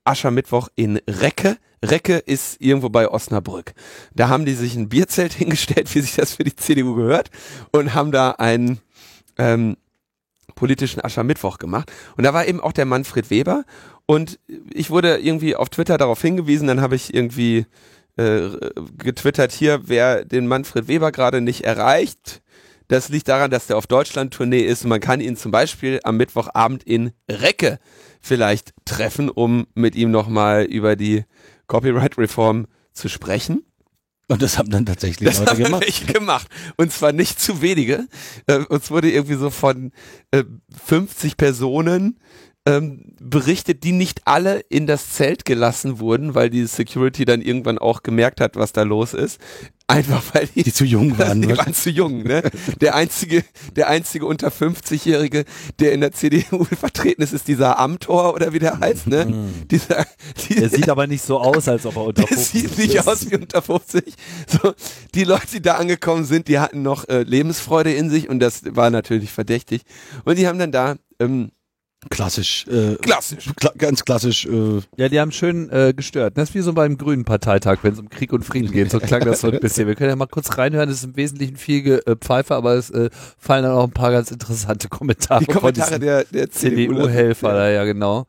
S2: Aschermittwoch in Recke. Recke ist irgendwo bei Osnabrück. Da haben die sich ein Bierzelt hingestellt, wie sich das für die CDU gehört, und haben da einen politischen Aschermittwoch gemacht. Und da war eben auch der Manfred Weber. Und ich wurde irgendwie auf Twitter darauf hingewiesen, dann habe ich irgendwie getwittert, hier, wer den Manfred Weber gerade nicht erreicht, das liegt daran, dass der auf Deutschland-Tournee ist und man kann ihn zum Beispiel am Mittwochabend in Recke vielleicht treffen, um mit ihm nochmal über die Copyright-Reform zu sprechen.
S3: Und das haben dann tatsächlich Leute gemacht.
S2: Welche gemacht. Und zwar nicht zu wenige. Uns wurde irgendwie so von 50 Personen berichtet, die nicht alle in das Zelt gelassen wurden, weil die Security dann irgendwann auch gemerkt hat, was da los ist. Einfach weil
S3: die zu jung waren.
S2: Die waren zu jung, ne? Der einzige unter 50-Jährige, der in der CDU vertreten ist dieser Amthor oder wie der heißt, ne?
S1: Der sieht aber nicht so aus, als ob er unter 50 ist.
S2: Der sieht nicht aus wie unter 50. So, die Leute, die da angekommen sind, die hatten noch Lebensfreude in sich und das war natürlich verdächtig. Und die haben dann da
S3: klassisch. Ganz klassisch.
S1: Ja, die haben schön gestört. Das ist wie so beim Grünen Parteitag, wenn es um Krieg und Frieden geht. So klang das so ein bisschen. Wir können ja mal kurz reinhören. Es ist im Wesentlichen viel Pfeife, aber es fallen dann auch ein paar ganz interessante Kommentare.
S2: Die Kommentare der
S1: CDU-Helfer da, ja genau.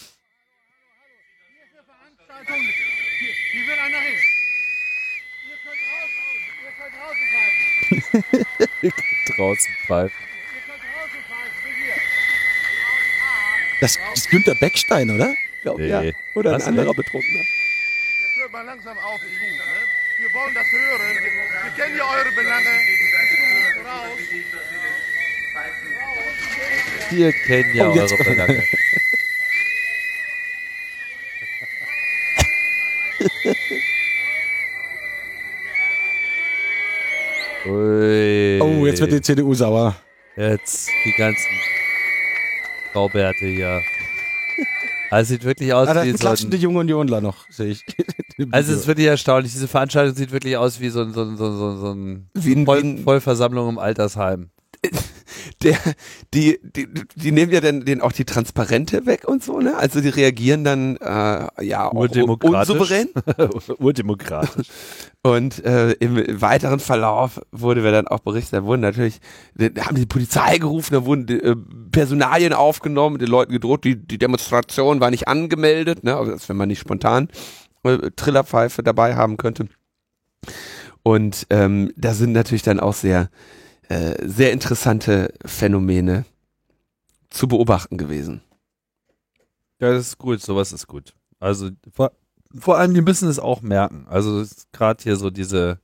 S5: Die will einer hin. Ihr könnt draußen pfeifen.
S3: Das ist Günter Beckstein, oder?
S2: Ich glaube, ja. Oder ein anderer Betrunkener.
S5: Jetzt hört mal langsam auf, ich rufe, ne? Wir wollen das hören. Wir kennen ja eure Belange. Raus.
S1: Wir kennen ja eure Belange. Ui.
S3: Oh, jetzt wird die CDU sauer.
S1: Jetzt die ganzen Graubärte hier. Also sieht wirklich aus wie so
S3: ein... die junge Unionler noch, sehe ich.
S1: Also es ist wirklich erstaunlich. Diese Veranstaltung sieht wirklich aus wie so ein Vollversammlung im Altersheim.
S2: Die nehmen ja dann denen auch die Transparente weg und so, ne? Also die reagieren dann auch unsouverän.
S1: Urdemokratisch.
S2: Und im weiteren Verlauf wurde mir dann auch berichtet, da haben die Polizei gerufen, da wurden Personalien aufgenommen, den Leuten gedroht, die Demonstration war nicht angemeldet, ne? Also, als wenn man nicht spontan Trillerpfeife dabei haben könnte. Und da sind natürlich dann auch sehr interessante Phänomene zu beobachten gewesen.
S1: Ja, das ist gut, sowas ist gut. Also vor allem, die müssen es auch merken. Also gerade hier so diese,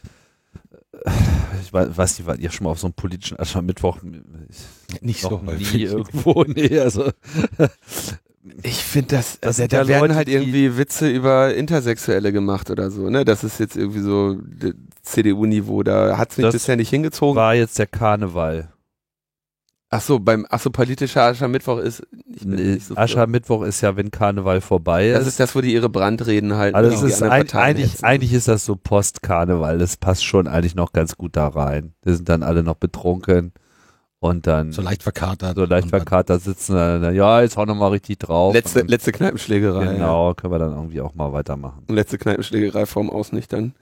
S1: ich weiß nicht, war ihr schon mal auf so einem politischen Aschermittwoch?
S3: Nicht so
S1: häufig. Nie irgendwo, nee, also
S2: ich finde da werden Leute, halt irgendwie Witze über Intersexuelle gemacht oder so, ne? Das ist jetzt irgendwie so CDU-Niveau, da hat es mich bisher nicht hingezogen.
S1: War jetzt der Karneval.
S2: Politischer Aschermittwoch ist nicht so
S1: Aschermittwoch ist ja, wenn Karneval vorbei ist.
S2: Das ist das, wo die ihre Brandreden halten.
S1: Also das ist eigentlich ist das so Post-Karneval, das passt schon eigentlich noch ganz gut da rein. Die sind dann alle noch betrunken. Und dann
S3: so leicht verkatert
S1: sitzen dann, ja, jetzt hauen wir mal richtig drauf.
S2: Letzte Kneipenschlägerei.
S1: Genau, ja. Können wir dann irgendwie auch mal weitermachen.
S2: Letzte Kneipenschlägerei vorm Ausnüchtern.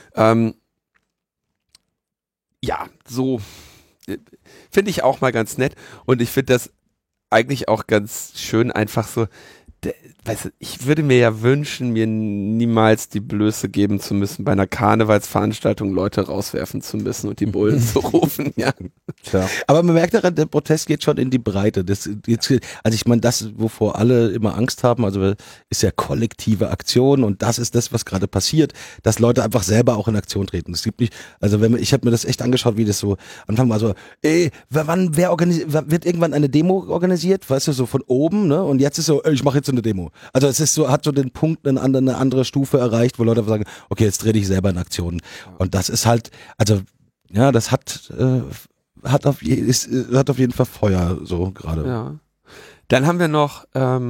S2: Ja, so finde ich auch mal ganz nett. Und ich finde das eigentlich auch ganz schön, einfach so, weißt du, ich würde mir ja wünschen, mir niemals die Blöße geben zu müssen, bei einer Karnevalsveranstaltung Leute rauswerfen zu müssen und die Bullen zu rufen. Ja.
S3: Tja. Aber man merkt daran, der Protest geht schon in die Breite. Also ich meine, das, wovor alle immer Angst haben, also ist ja kollektive Aktion und das ist das, was gerade passiert, dass Leute einfach selber auch in Aktion treten. Es gibt nicht, also ich habe mir das echt angeschaut, wie das so Anfang war so, wird irgendwann eine Demo organisiert, weißt du, so von oben, ne? Und jetzt ist so, ich mache jetzt so eine Demo. Also es ist so, hat so den Punkt eine andere Stufe erreicht, wo Leute sagen, okay, jetzt dreh dich selber in Aktionen. Und das ist halt, also ja, das hat auf jeden Fall Feuer so gerade.
S2: Ja. Dann haben wir noch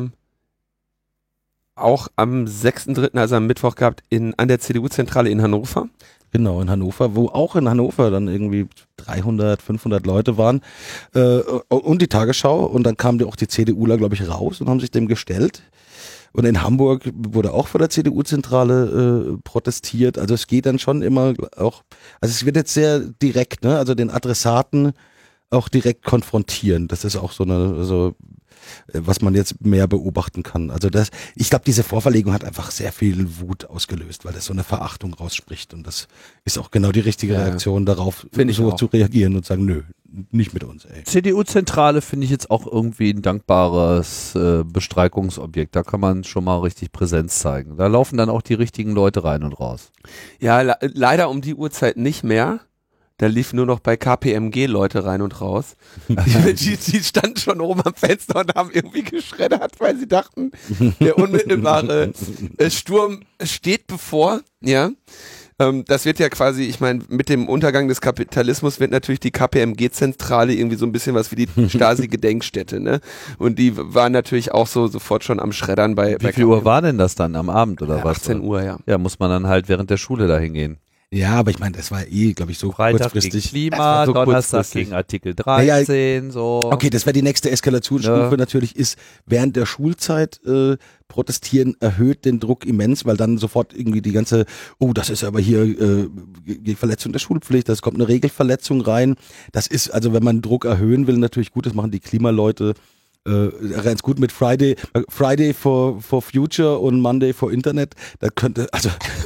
S2: auch am 6.3., also am Mittwoch gehabt, an der CDU-Zentrale in Hannover.
S3: Genau, in Hannover, wo auch in Hannover dann irgendwie 300, 500 Leute waren und die Tagesschau und dann kamen auch die CDUler, glaube ich, raus und haben sich dem gestellt Und in Hamburg wurde auch vor der CDU-Zentrale protestiert. Also es geht dann schon immer auch, also es wird jetzt sehr direkt, ne? Also den Adressaten auch direkt konfrontieren. Das ist auch so eine, so was man jetzt mehr beobachten kann. Also ich glaube, diese Vorverlegung hat einfach sehr viel Wut ausgelöst, weil das so eine Verachtung rausspricht. Und das ist auch genau die richtige Reaktion darauf, so zu reagieren und sagen, nö, nicht mit uns, ey.
S1: CDU-Zentrale finde ich jetzt auch irgendwie ein dankbares Bestreikungsobjekt. Da kann man schon mal richtig Präsenz zeigen. Da laufen dann auch die richtigen Leute rein und raus.
S2: Ja, leider um die Uhrzeit nicht mehr. Da liefen nur noch bei KPMG Leute rein und raus. Die standen schon oben am Fenster und haben irgendwie geschreddert, weil sie dachten, der unmittelbare Sturm steht bevor. Ja, das wird ja quasi, ich meine, mit dem Untergang des Kapitalismus wird natürlich die KPMG-Zentrale irgendwie so ein bisschen was wie die Stasi-Gedenkstätte, ne? Und die waren natürlich auch so sofort schon am Schreddern bei.
S1: Wie viel Uhr war denn das dann am Abend oder was?
S2: 18 Uhr, ja.
S1: Ja, muss man dann halt während der Schule da hingehen.
S3: Ja, aber ich meine, das war glaube ich, so
S1: Freitag
S3: kurzfristig.
S1: gegen Klima,
S3: so
S1: Donnerstag gegen Artikel 13, so.
S3: Okay, das wäre die nächste Eskalationsstufe natürlich ist, während der Schulzeit protestieren erhöht den Druck immens, weil dann sofort irgendwie die ganze, das ist aber hier die Verletzung der Schulpflicht, das kommt eine Regelverletzung rein. Das ist, also wenn man Druck erhöhen will, natürlich gut, das machen die Klimaleute ganz gut mit Friday for Future und Monday for Internet. Da könnte, also,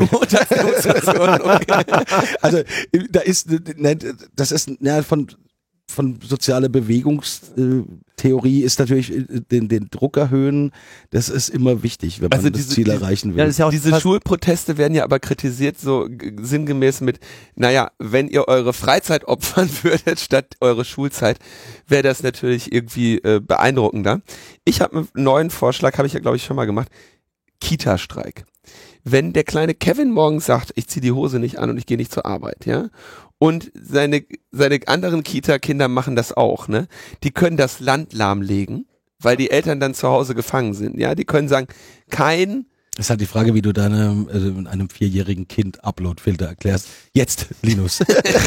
S3: also da ist, das ist von sozialer Bewegungstheorie ist natürlich den Druck erhöhen, das ist immer wichtig, wenn man das Ziel erreichen will.
S2: Ja, das ist ja auch diese Schulproteste werden ja aber kritisiert so sinngemäß mit, naja, wenn ihr eure Freizeit opfern würdet statt eure Schulzeit, wäre das natürlich irgendwie beeindruckender. Ich habe einen neuen Vorschlag, habe ich ja glaube ich schon mal gemacht, Kita-Streik. Wenn der kleine Kevin morgens sagt, ich ziehe die Hose nicht an und ich gehe nicht zur Arbeit, ja, und seine anderen Kita-Kinder machen das auch, ne? Die können das Land lahmlegen, weil die Eltern dann zu Hause gefangen sind, ja? Die können sagen,
S3: Das ist halt die Frage, wie du einem 4-jährigen Kind Upload-Filter erklärst. Jetzt, Linus.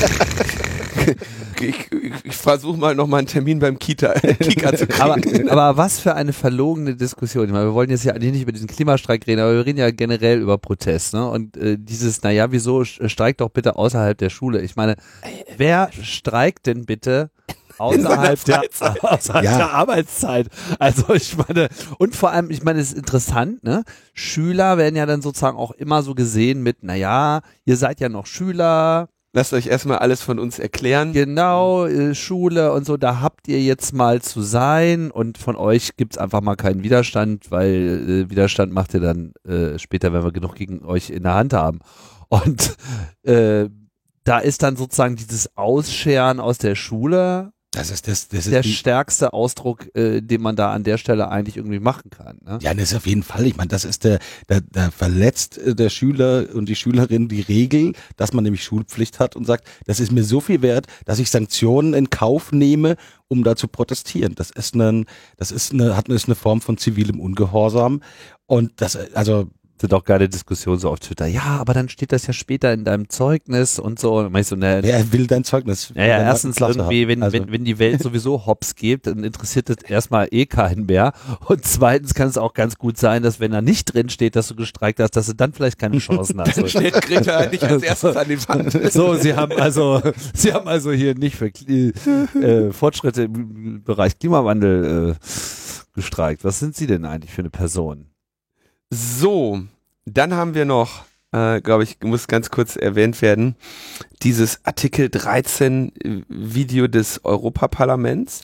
S2: Ich versuche mal nochmal einen Termin beim Kika zu kriegen.
S1: Aber was für eine verlogene Diskussion. Ich meine, wir wollen jetzt ja eigentlich nicht über diesen Klimastreik reden, aber wir reden ja generell über Protest, ne? Und dieses, naja, wieso streikt doch bitte außerhalb der Schule? Ich meine, wer streikt denn bitte außerhalb der Arbeitszeit? Also ich meine, und vor allem, ich meine, es ist interessant, ne? Schüler werden ja dann sozusagen auch immer so gesehen mit, naja, ihr seid ja noch Schüler.
S2: Lasst euch erstmal alles von uns erklären.
S1: Genau, Schule und so, da habt ihr jetzt mal zu sein und von euch gibt's einfach mal keinen Widerstand, weil Widerstand macht ihr dann später, wenn wir genug gegen euch in der Hand haben. Und da ist dann sozusagen dieses Ausscheren aus der Schule
S3: das ist
S1: der stärkste Ausdruck, den man da an der Stelle eigentlich irgendwie machen kann. Ne?
S3: Ja, das ist auf jeden Fall. Ich meine, das ist da verletzt der Schüler und die Schülerin die Regel, dass man nämlich Schulpflicht hat und sagt, das ist mir so viel wert, dass ich Sanktionen in Kauf nehme, um da zu protestieren. Das ist eine Form von zivilem Ungehorsam und das, also
S1: sind auch geile Diskussionen so auf Twitter. Ja, aber dann steht das ja später in deinem Zeugnis und so. Und so
S3: wer will dein Zeugnis?
S1: Ja, erstens irgendwie, wenn die Welt sowieso Hops gibt, dann interessiert das erstmal keinen mehr. Und zweitens kann es auch ganz gut sein, dass wenn da nicht drin steht, dass du gestreikt hast, dass du dann vielleicht keine Chancen hast.
S2: Dann steht Greta nicht als erstes an die Wand.
S1: So, sie haben also hier nicht für Fortschritte im Bereich Klimawandel gestreikt. Was sind Sie denn eigentlich für eine Person?
S2: So, dann haben wir noch, glaube ich, muss ganz kurz erwähnt werden, dieses Artikel 13 Video des Europaparlaments.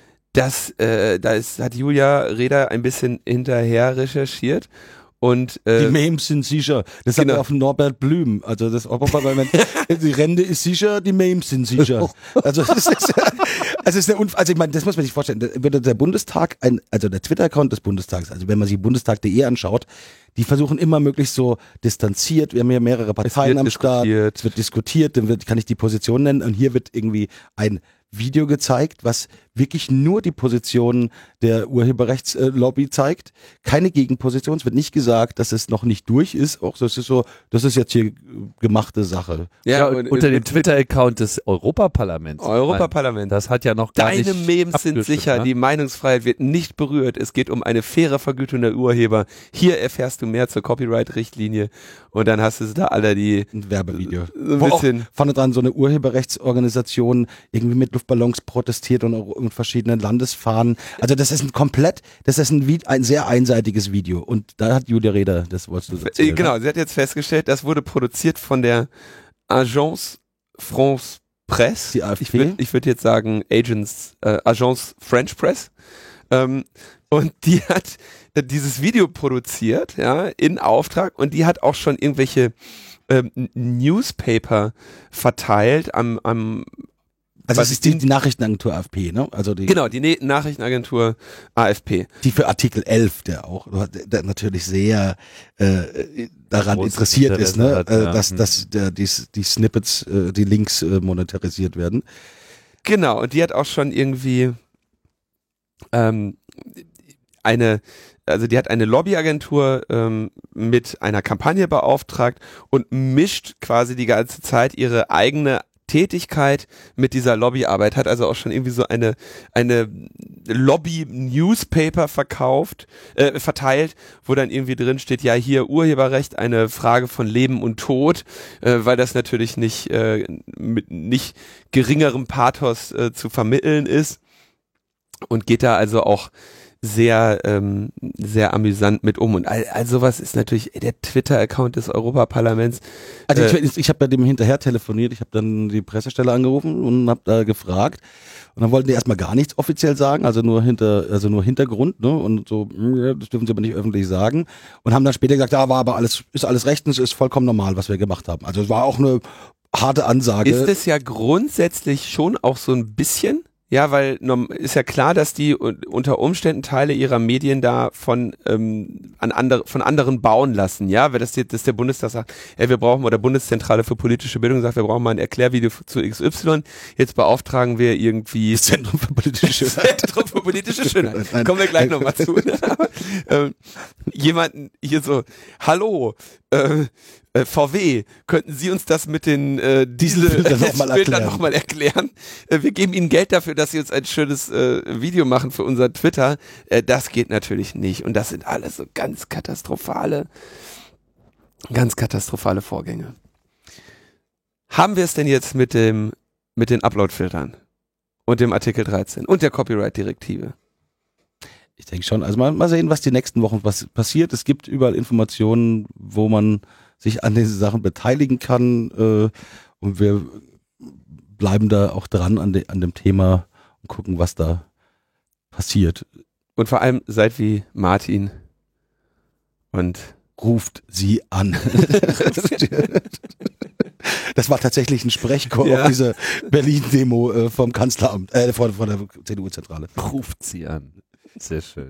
S2: Hat Julia Reda ein bisschen hinterher recherchiert. Und,
S3: die Memes sind sicher. Das haben wir auf Norbert Blüm. Also das Europaparlament. Die Rente ist sicher, die Memes sind sicher. Also ich meine, das muss man sich vorstellen. Da würde der Bundestag, also der Twitter-Account des Bundestags, also wenn man sich bundestag.de anschaut, die versuchen immer möglichst so distanziert. Wir haben ja mehrere Parteien am Start. Es wird diskutiert, dann kann ich die Position nennen. Und hier wird irgendwie ein Video gezeigt, was wirklich nur die Position der Urheberrechtslobby zeigt. Keine Gegenposition. Es wird nicht gesagt, dass es noch nicht durch ist. Auch das ist so, das ist jetzt hier gemachte Sache.
S1: Ja, und unter dem Twitter-Account des Europaparlaments.
S2: Europaparlament.
S1: Das hat ja noch gar nicht
S2: Deine Memes sind
S1: abgestimmt,
S2: sicher,
S1: ne?
S2: die Meinungsfreiheit wird nicht berührt. Es geht um eine faire Vergütung der Urheber. Hier erfährst du mehr zur Copyright-Richtlinie und dann hast du da alle die
S3: Ein Werbevideo.
S2: ein
S3: Wo auch
S2: bisschen
S3: vorne dran so eine Urheberrechtsorganisation irgendwie mit Luftballons protestiert und auch mit verschiedenen Landesfahnen. Also das ist ein sehr einseitiges Video. Und da hat Julia Reda, das wolltest du erzählen.
S2: genau, sie hat jetzt festgestellt, das wurde produziert von der Agence France Presse.
S3: Die AfD.
S2: Ich würd jetzt sagen Agence French Press. Und die hat dieses Video produziert, ja, in Auftrag, und die hat auch schon irgendwelche Newspaper verteilt am
S3: Also es ist die Nachrichtenagentur AFP, ne? Also die,
S2: genau, die Nachrichtenagentur AFP.
S3: die für Artikel 11, der natürlich sehr daran
S1: Großes
S3: interessiert ist, ne?
S1: Interesse hat, ja.
S3: Dass die Snippets, die Links monetarisiert werden.
S2: Genau, und die hat auch schon irgendwie die hat eine Lobbyagentur mit einer Kampagne beauftragt und mischt quasi die ganze Zeit ihre eigene Tätigkeit mit dieser Lobbyarbeit, hat also auch schon irgendwie so eine Lobby-Newspaper verteilt, wo dann irgendwie drin steht, ja, hier Urheberrecht, eine Frage von Leben und Tod, weil das natürlich nicht mit nicht geringerem Pathos zu vermitteln ist, und geht da also auch sehr amüsant mit um. Und all sowas ist natürlich der Twitter-Account des Europaparlaments.
S3: Also ich habe bei dem hinterher telefoniert, ich habe dann die Pressestelle angerufen und habe da gefragt. Und dann wollten die erstmal gar nichts offiziell sagen, also nur Hintergrund, ne? Und so, ja, das dürfen sie aber nicht öffentlich sagen. Und haben dann später gesagt, ja, war aber ist alles rechtens, ist vollkommen normal, was wir gemacht haben. Also es war auch eine harte Ansage.
S2: Ist es ja grundsätzlich schon auch so ein bisschen. Ja, weil ist ja klar, dass die unter Umständen Teile ihrer Medien da von anderen bauen lassen, ja, weil das der Bundestag sagt, wir brauchen, oder Bundeszentrale für politische Bildung sagt, wir brauchen mal ein Erklärvideo zu XY, jetzt beauftragen wir irgendwie
S3: das Zentrum für politische Schönheit.
S2: Zentrum für politische Schönheit. Kommen wir gleich nochmal zu. Jemanden hier so, hallo, VW, könnten Sie uns das mit den Dieselbildern nochmal erklären? Wir geben Ihnen Geld dafür, dass Sie uns ein schönes Video machen für unser Twitter. Das geht natürlich nicht. Und das sind alles so ganz katastrophale Vorgänge. Haben wir es denn jetzt mit den Upload-Filtern und dem Artikel 13 und der Copyright-Direktive?
S3: Ich denke schon. Also mal sehen, was die nächsten Wochen passiert. Es gibt überall Informationen, wo man sich an diesen Sachen beteiligen kann. Und wir bleiben da auch dran an dem Thema und gucken, was da passiert.
S2: Und vor allem seid wie Martin und
S3: ruft sie an. Das war tatsächlich ein Sprechchor auf dieser Berlin-Demo vom Kanzleramt, vor der CDU-Zentrale.
S1: Ruft sie an. Sehr schön.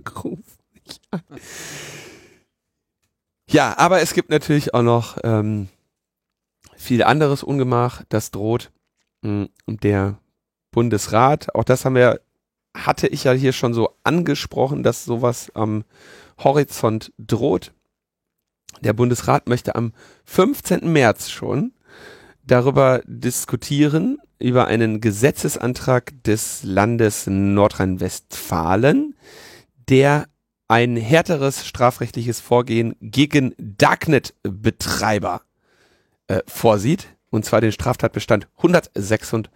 S2: Ja, aber es gibt natürlich auch noch viel anderes Ungemach, das droht. Der Bundesrat, auch das hatte ich ja hier schon so angesprochen, dass sowas am Horizont droht. Der Bundesrat möchte am 15. März schon darüber diskutieren, über einen Gesetzesantrag des Landes Nordrhein-Westfalen, der ein härteres strafrechtliches Vorgehen gegen Darknet-Betreiber vorsieht, und zwar den Straftatbestand 126a.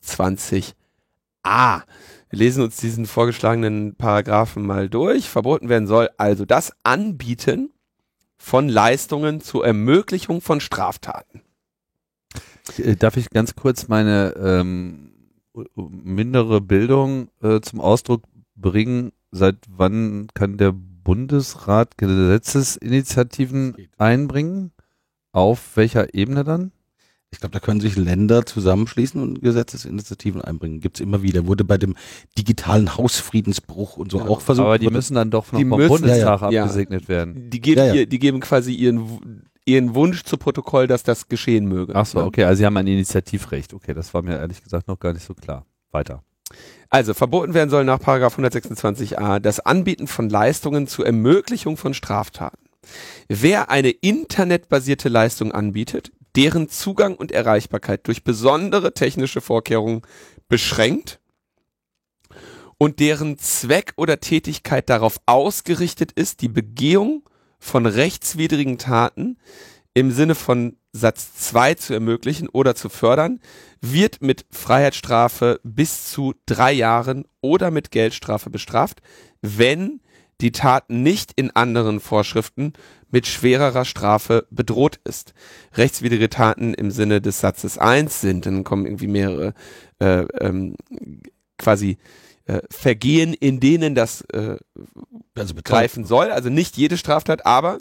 S2: Wir lesen uns diesen vorgeschlagenen Paragraphen mal durch. Verboten werden soll also das Anbieten von Leistungen zur Ermöglichung von Straftaten.
S1: Darf ich ganz kurz meine mindere Bildung zum Ausdruck bringen? Seit wann kann der Bundesrat Gesetzesinitiativen einbringen? Auf welcher Ebene dann?
S3: Ich glaube, da können sich Länder zusammenschließen und Gesetzesinitiativen einbringen. Gibt's immer wieder. Wurde bei dem digitalen Hausfriedensbruch und so auch versucht.
S1: Aber die müssen dann doch noch vom Bundestag abgesegnet werden.
S2: Die geben quasi ihren Wunsch zu Protokoll, dass das geschehen möge.
S1: Ach so, okay, also sie haben ein Initiativrecht. Okay, das war mir ehrlich gesagt noch gar nicht so klar. Weiter.
S2: Also, verboten werden soll nach § 126a das Anbieten von Leistungen zur Ermöglichung von Straftaten. Wer eine internetbasierte Leistung anbietet, deren Zugang und Erreichbarkeit durch besondere technische Vorkehrungen beschränkt und deren Zweck oder Tätigkeit darauf ausgerichtet ist, die Begehung von rechtswidrigen Taten im Sinne von Satz 2 zu ermöglichen oder zu fördern, wird mit Freiheitsstrafe bis zu 3 Jahren oder mit Geldstrafe bestraft, wenn die Tat nicht in anderen Vorschriften mit schwererer Strafe bedroht ist. Rechtswidrige Taten im Sinne des Satzes 1 sind, dann kommen irgendwie mehrere Vergehen, in denen das greifen soll, also nicht jede Straftat, aber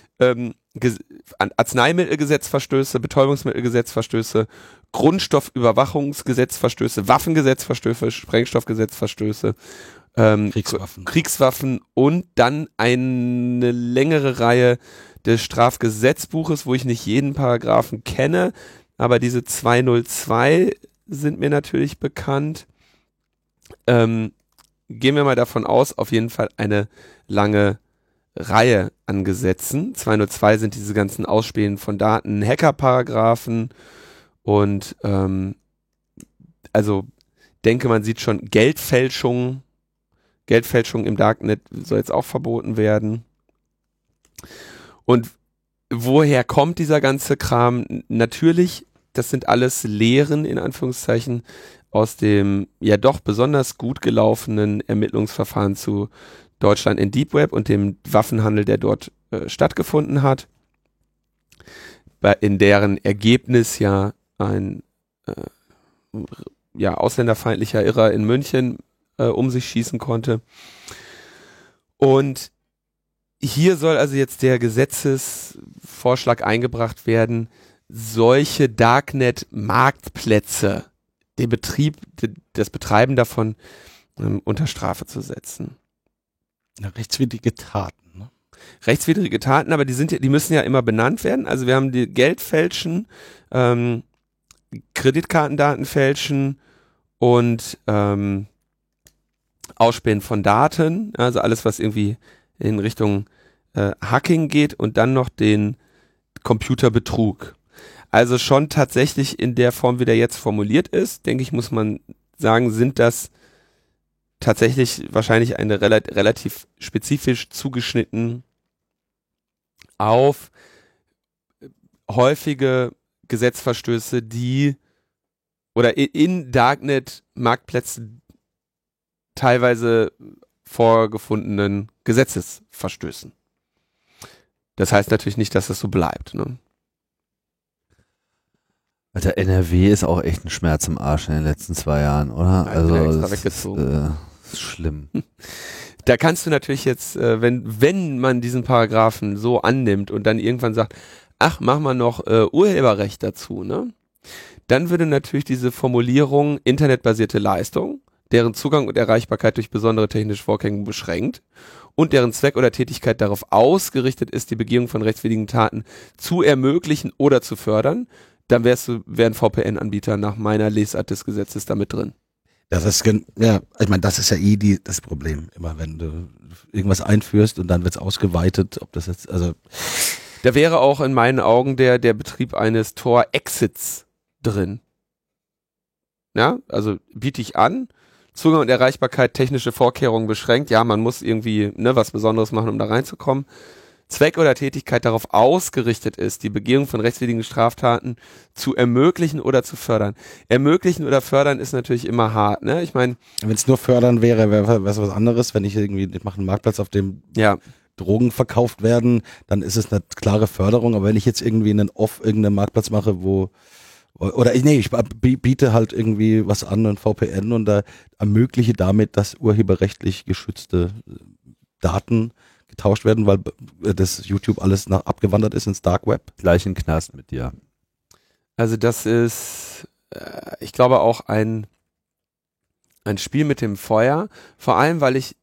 S2: Arzneimittelgesetzverstöße, Betäubungsmittelgesetzverstöße, Grundstoffüberwachungsgesetzverstöße, Waffengesetzverstöße, Sprengstoffgesetzverstöße, Kriegswaffen und dann eine längere Reihe des Strafgesetzbuches, wo ich nicht jeden Paragraphen kenne, aber diese 202 sind mir natürlich bekannt. Gehen wir mal davon aus, auf jeden Fall eine lange Reihe an Gesetzen. 202 sind diese ganzen Ausspähen von Daten, Hacker-Paragraphen und also denke, man sieht schon Geldfälschung im Darknet soll jetzt auch verboten werden. Und woher kommt dieser ganze Kram? Natürlich, das sind alles Lehren in Anführungszeichen aus dem ja doch besonders gut gelaufenen Ermittlungsverfahren zu Deutschland in Deep Web und dem Waffenhandel, der dort stattgefunden hat, in deren Ergebnis ja ein ausländerfeindlicher Irrer in München um sich schießen konnte. Und hier soll also jetzt der Gesetzesvorschlag eingebracht werden, solche Darknet-Marktplätze, den Betrieb, das Betreiben davon unter Strafe zu setzen.
S3: Ja, rechtswidrige Taten, ne?
S2: Rechtswidrige Taten, aber die müssen ja immer benannt werden. Also wir haben die Geldfälschen, Kreditkartendaten fälschen und Ausspähen von Daten, also alles, was irgendwie in Richtung Hacking geht und dann noch den Computerbetrug. Also schon tatsächlich in der Form, wie der jetzt formuliert ist, denke ich, muss man sagen, sind das tatsächlich wahrscheinlich eine relativ spezifisch zugeschnitten auf häufige Gesetzverstöße, die oder in Darknet-Marktplätzen teilweise vorgefundenen Gesetzesverstößen. Das heißt natürlich nicht, dass es so bleibt, ne?
S1: Alter, NRW ist auch echt ein Schmerz im Arsch in den letzten 2 Jahren, oder? Also das ist schlimm.
S2: Da kannst du natürlich jetzt, wenn man diesen Paragraphen so annimmt und dann irgendwann sagt, ach, machen wir noch Urheberrecht dazu, ne? Dann würde natürlich diese Formulierung internetbasierte Leistung, deren Zugang und Erreichbarkeit durch besondere technische Vorkehrungen beschränkt und deren Zweck oder Tätigkeit darauf ausgerichtet ist, die Begehung von rechtswidrigen Taten zu ermöglichen oder zu fördern, dann wären VPN-Anbieter nach meiner Lesart des Gesetzes damit drin.
S3: Das ist, ja, ich meine, das ist ja das Problem. Immer wenn du irgendwas einführst und dann wird es ausgeweitet, ob das jetzt, also.
S2: Da wäre auch in meinen Augen der Betrieb eines Tor-Exits drin. Ja, also biete ich an, Zugang und Erreichbarkeit, technische Vorkehrungen beschränkt. Ja, man muss irgendwie was Besonderes machen, um da reinzukommen. Zweck oder Tätigkeit darauf ausgerichtet ist, die Begehung von rechtswidrigen Straftaten zu ermöglichen oder zu fördern. Ermöglichen oder fördern ist natürlich immer hart, ne? Ich meine,
S3: wenn es nur fördern wäre, wäre es was anderes. Wenn ich mache einen Marktplatz, auf dem Drogen verkauft werden, dann ist es eine klare Förderung. Aber wenn ich jetzt irgendwie irgendeinen Marktplatz mache, ich biete halt irgendwie was an, ein VPN und da ermögliche damit, dass urheberrechtlich geschützte Daten getauscht werden, weil das YouTube alles abgewandert ist ins Dark Web.
S1: Gleich in Knast mit dir.
S2: Also das ist, ich glaube auch ein Spiel mit dem Feuer, vor allem weil ich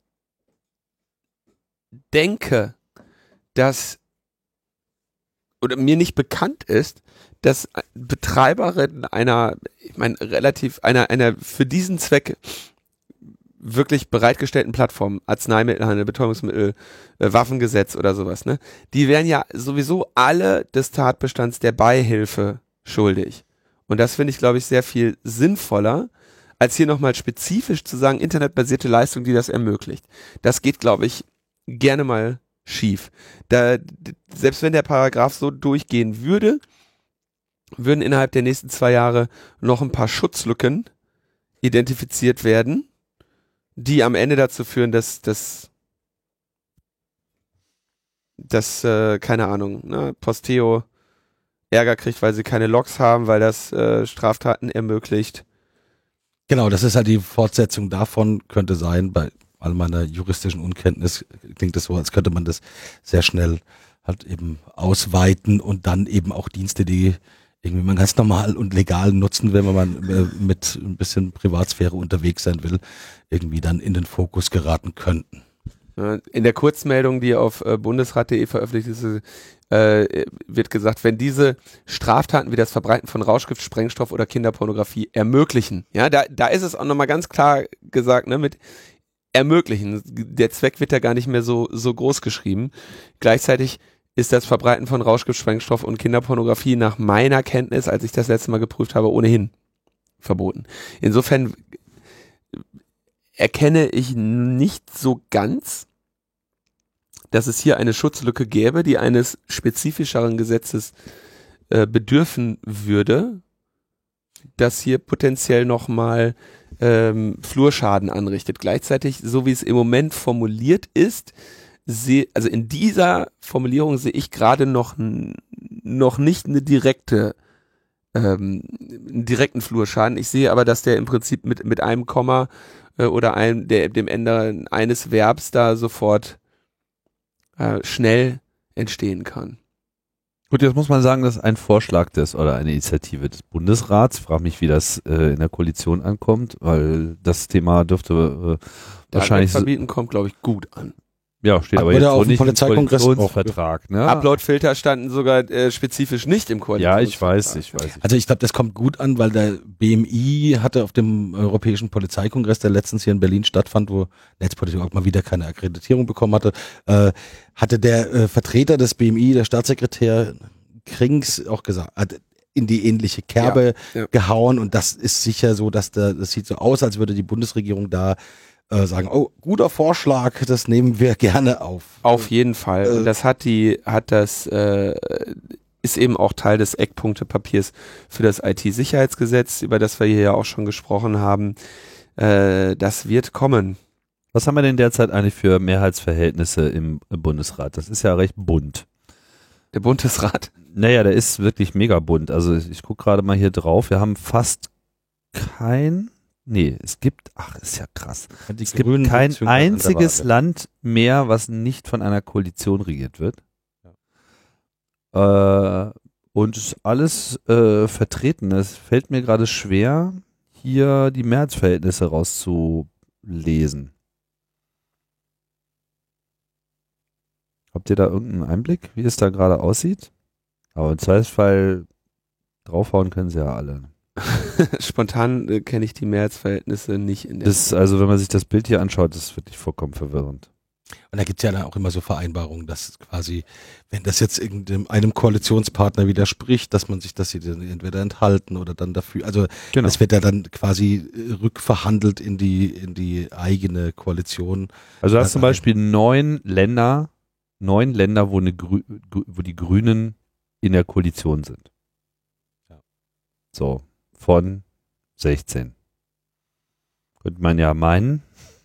S2: denke, dass oder mir nicht bekannt ist, dass Betreiberin einer für diesen Zweck wirklich bereitgestellten Plattformen, Arzneimittelhandel, Betäubungsmittel, Waffengesetz oder sowas, ne? Die wären ja sowieso alle des Tatbestands der Beihilfe schuldig. Und das finde ich, glaube ich, sehr viel sinnvoller, als hier nochmal spezifisch zu sagen, internetbasierte Leistung, die das ermöglicht. Das geht, glaube ich, gerne mal schief. Selbst wenn der Paragraph so durchgehen würde, würden innerhalb der nächsten 2 Jahre noch ein paar Schutzlücken identifiziert werden, die am Ende dazu führen, dass keine Ahnung, ne, Posteo Ärger kriegt, weil sie keine Logs haben, weil das Straftaten ermöglicht.
S3: Genau, das ist halt die Fortsetzung davon, könnte sein, bei all meiner juristischen Unkenntnis klingt es so, als könnte man das sehr schnell halt eben ausweiten und dann eben auch Dienste, die irgendwie man ganz normal und legal nutzen, wenn man mit ein bisschen Privatsphäre unterwegs sein will, irgendwie dann in den Fokus geraten könnten.
S2: In der Kurzmeldung, die auf bundesrat.de veröffentlicht ist, wird gesagt, wenn diese Straftaten wie das Verbreiten von Rauschgift, Sprengstoff oder Kinderpornografie ermöglichen, ja, da ist es auch nochmal ganz klar gesagt, ne, mit ermöglichen. Der Zweck wird ja gar nicht mehr so groß geschrieben. Gleichzeitig ist das Verbreiten von Rauschgift, Sprengstoff und Kinderpornografie nach meiner Kenntnis, als ich das letzte Mal geprüft habe, ohnehin verboten. Insofern erkenne ich nicht so ganz, dass es hier eine Schutzlücke gäbe, die eines spezifischeren Gesetzes bedürfen würde, das hier potenziell nochmal Flurschaden anrichtet. Gleichzeitig, so wie es im Moment formuliert ist, also in dieser Formulierung sehe ich gerade noch nicht einen direkten Flurschaden. Ich sehe aber, dass der im Prinzip mit einem Komma oder dem Ändern eines Verbs da sofort schnell entstehen kann.
S1: Gut, jetzt muss man sagen, das ist ein Vorschlag oder eine Initiative des Bundesrats. Ich frage mich, wie das in der Koalition ankommt, weil das Thema dürfte wahrscheinlich
S2: verbieten kommt, glaube ich, gut an.
S1: Ja, steht aber jetzt
S3: auf
S1: so
S3: dem
S1: nicht im
S3: Polizeikongress
S1: Koalitionsvertrag. Ne?
S2: Uploadfilter standen sogar spezifisch nicht im Koalitionsvertrag.
S1: Ja, ich weiß.
S3: Also ich glaube, das kommt gut an, weil der BMI hatte auf dem Europäischen Polizeikongress, der letztens hier in Berlin stattfand, wo Netzpolitik auch mal wieder keine Akkreditierung bekommen hatte, hatte der Vertreter des BMI, der Staatssekretär Krings, auch gesagt, hat in die ähnliche Kerbe gehauen, und das ist sicher so, dass das sieht so aus, als würde die Bundesregierung da sagen, oh, guter Vorschlag, das nehmen wir gerne auf.
S2: Auf jeden Fall. Und das ist eben auch Teil des Eckpunktepapiers für das IT-Sicherheitsgesetz, über das wir hier ja auch schon gesprochen haben. Das wird kommen.
S1: Was haben wir denn derzeit eigentlich für Mehrheitsverhältnisse im Bundesrat? Das ist ja recht bunt.
S2: Der Bundesrat?
S1: Naja, der ist wirklich mega bunt. Also ich gucke gerade mal hier drauf. Wir haben fast ist ja krass. Es gibt kein einziges Land mehr, was nicht von einer Koalition regiert wird. Ja. Und ist alles vertreten. Es fällt mir gerade schwer, hier die Mehrheitsverhältnisse rauszulesen. Habt ihr da irgendeinen Einblick, wie es da gerade aussieht? Aber im Zweifelsfall draufhauen können sie ja alle.
S2: Spontan kenne ich die Mehrheitsverhältnisse nicht in der.
S1: Also wenn man sich das Bild hier anschaut, das ist wirklich vollkommen verwirrend.
S3: Und da gibt es ja dann auch immer so Vereinbarungen, dass quasi, wenn das jetzt einem Koalitionspartner widerspricht, dass man sich das hier entweder enthalten oder dann dafür, also
S1: genau.
S3: Das wird ja dann quasi rückverhandelt in die eigene Koalition.
S1: Also du hast zum Beispiel 9 Länder, wo die Grünen in der Koalition sind.
S3: Ja.
S1: So, von 16. Könnte man ja meinen,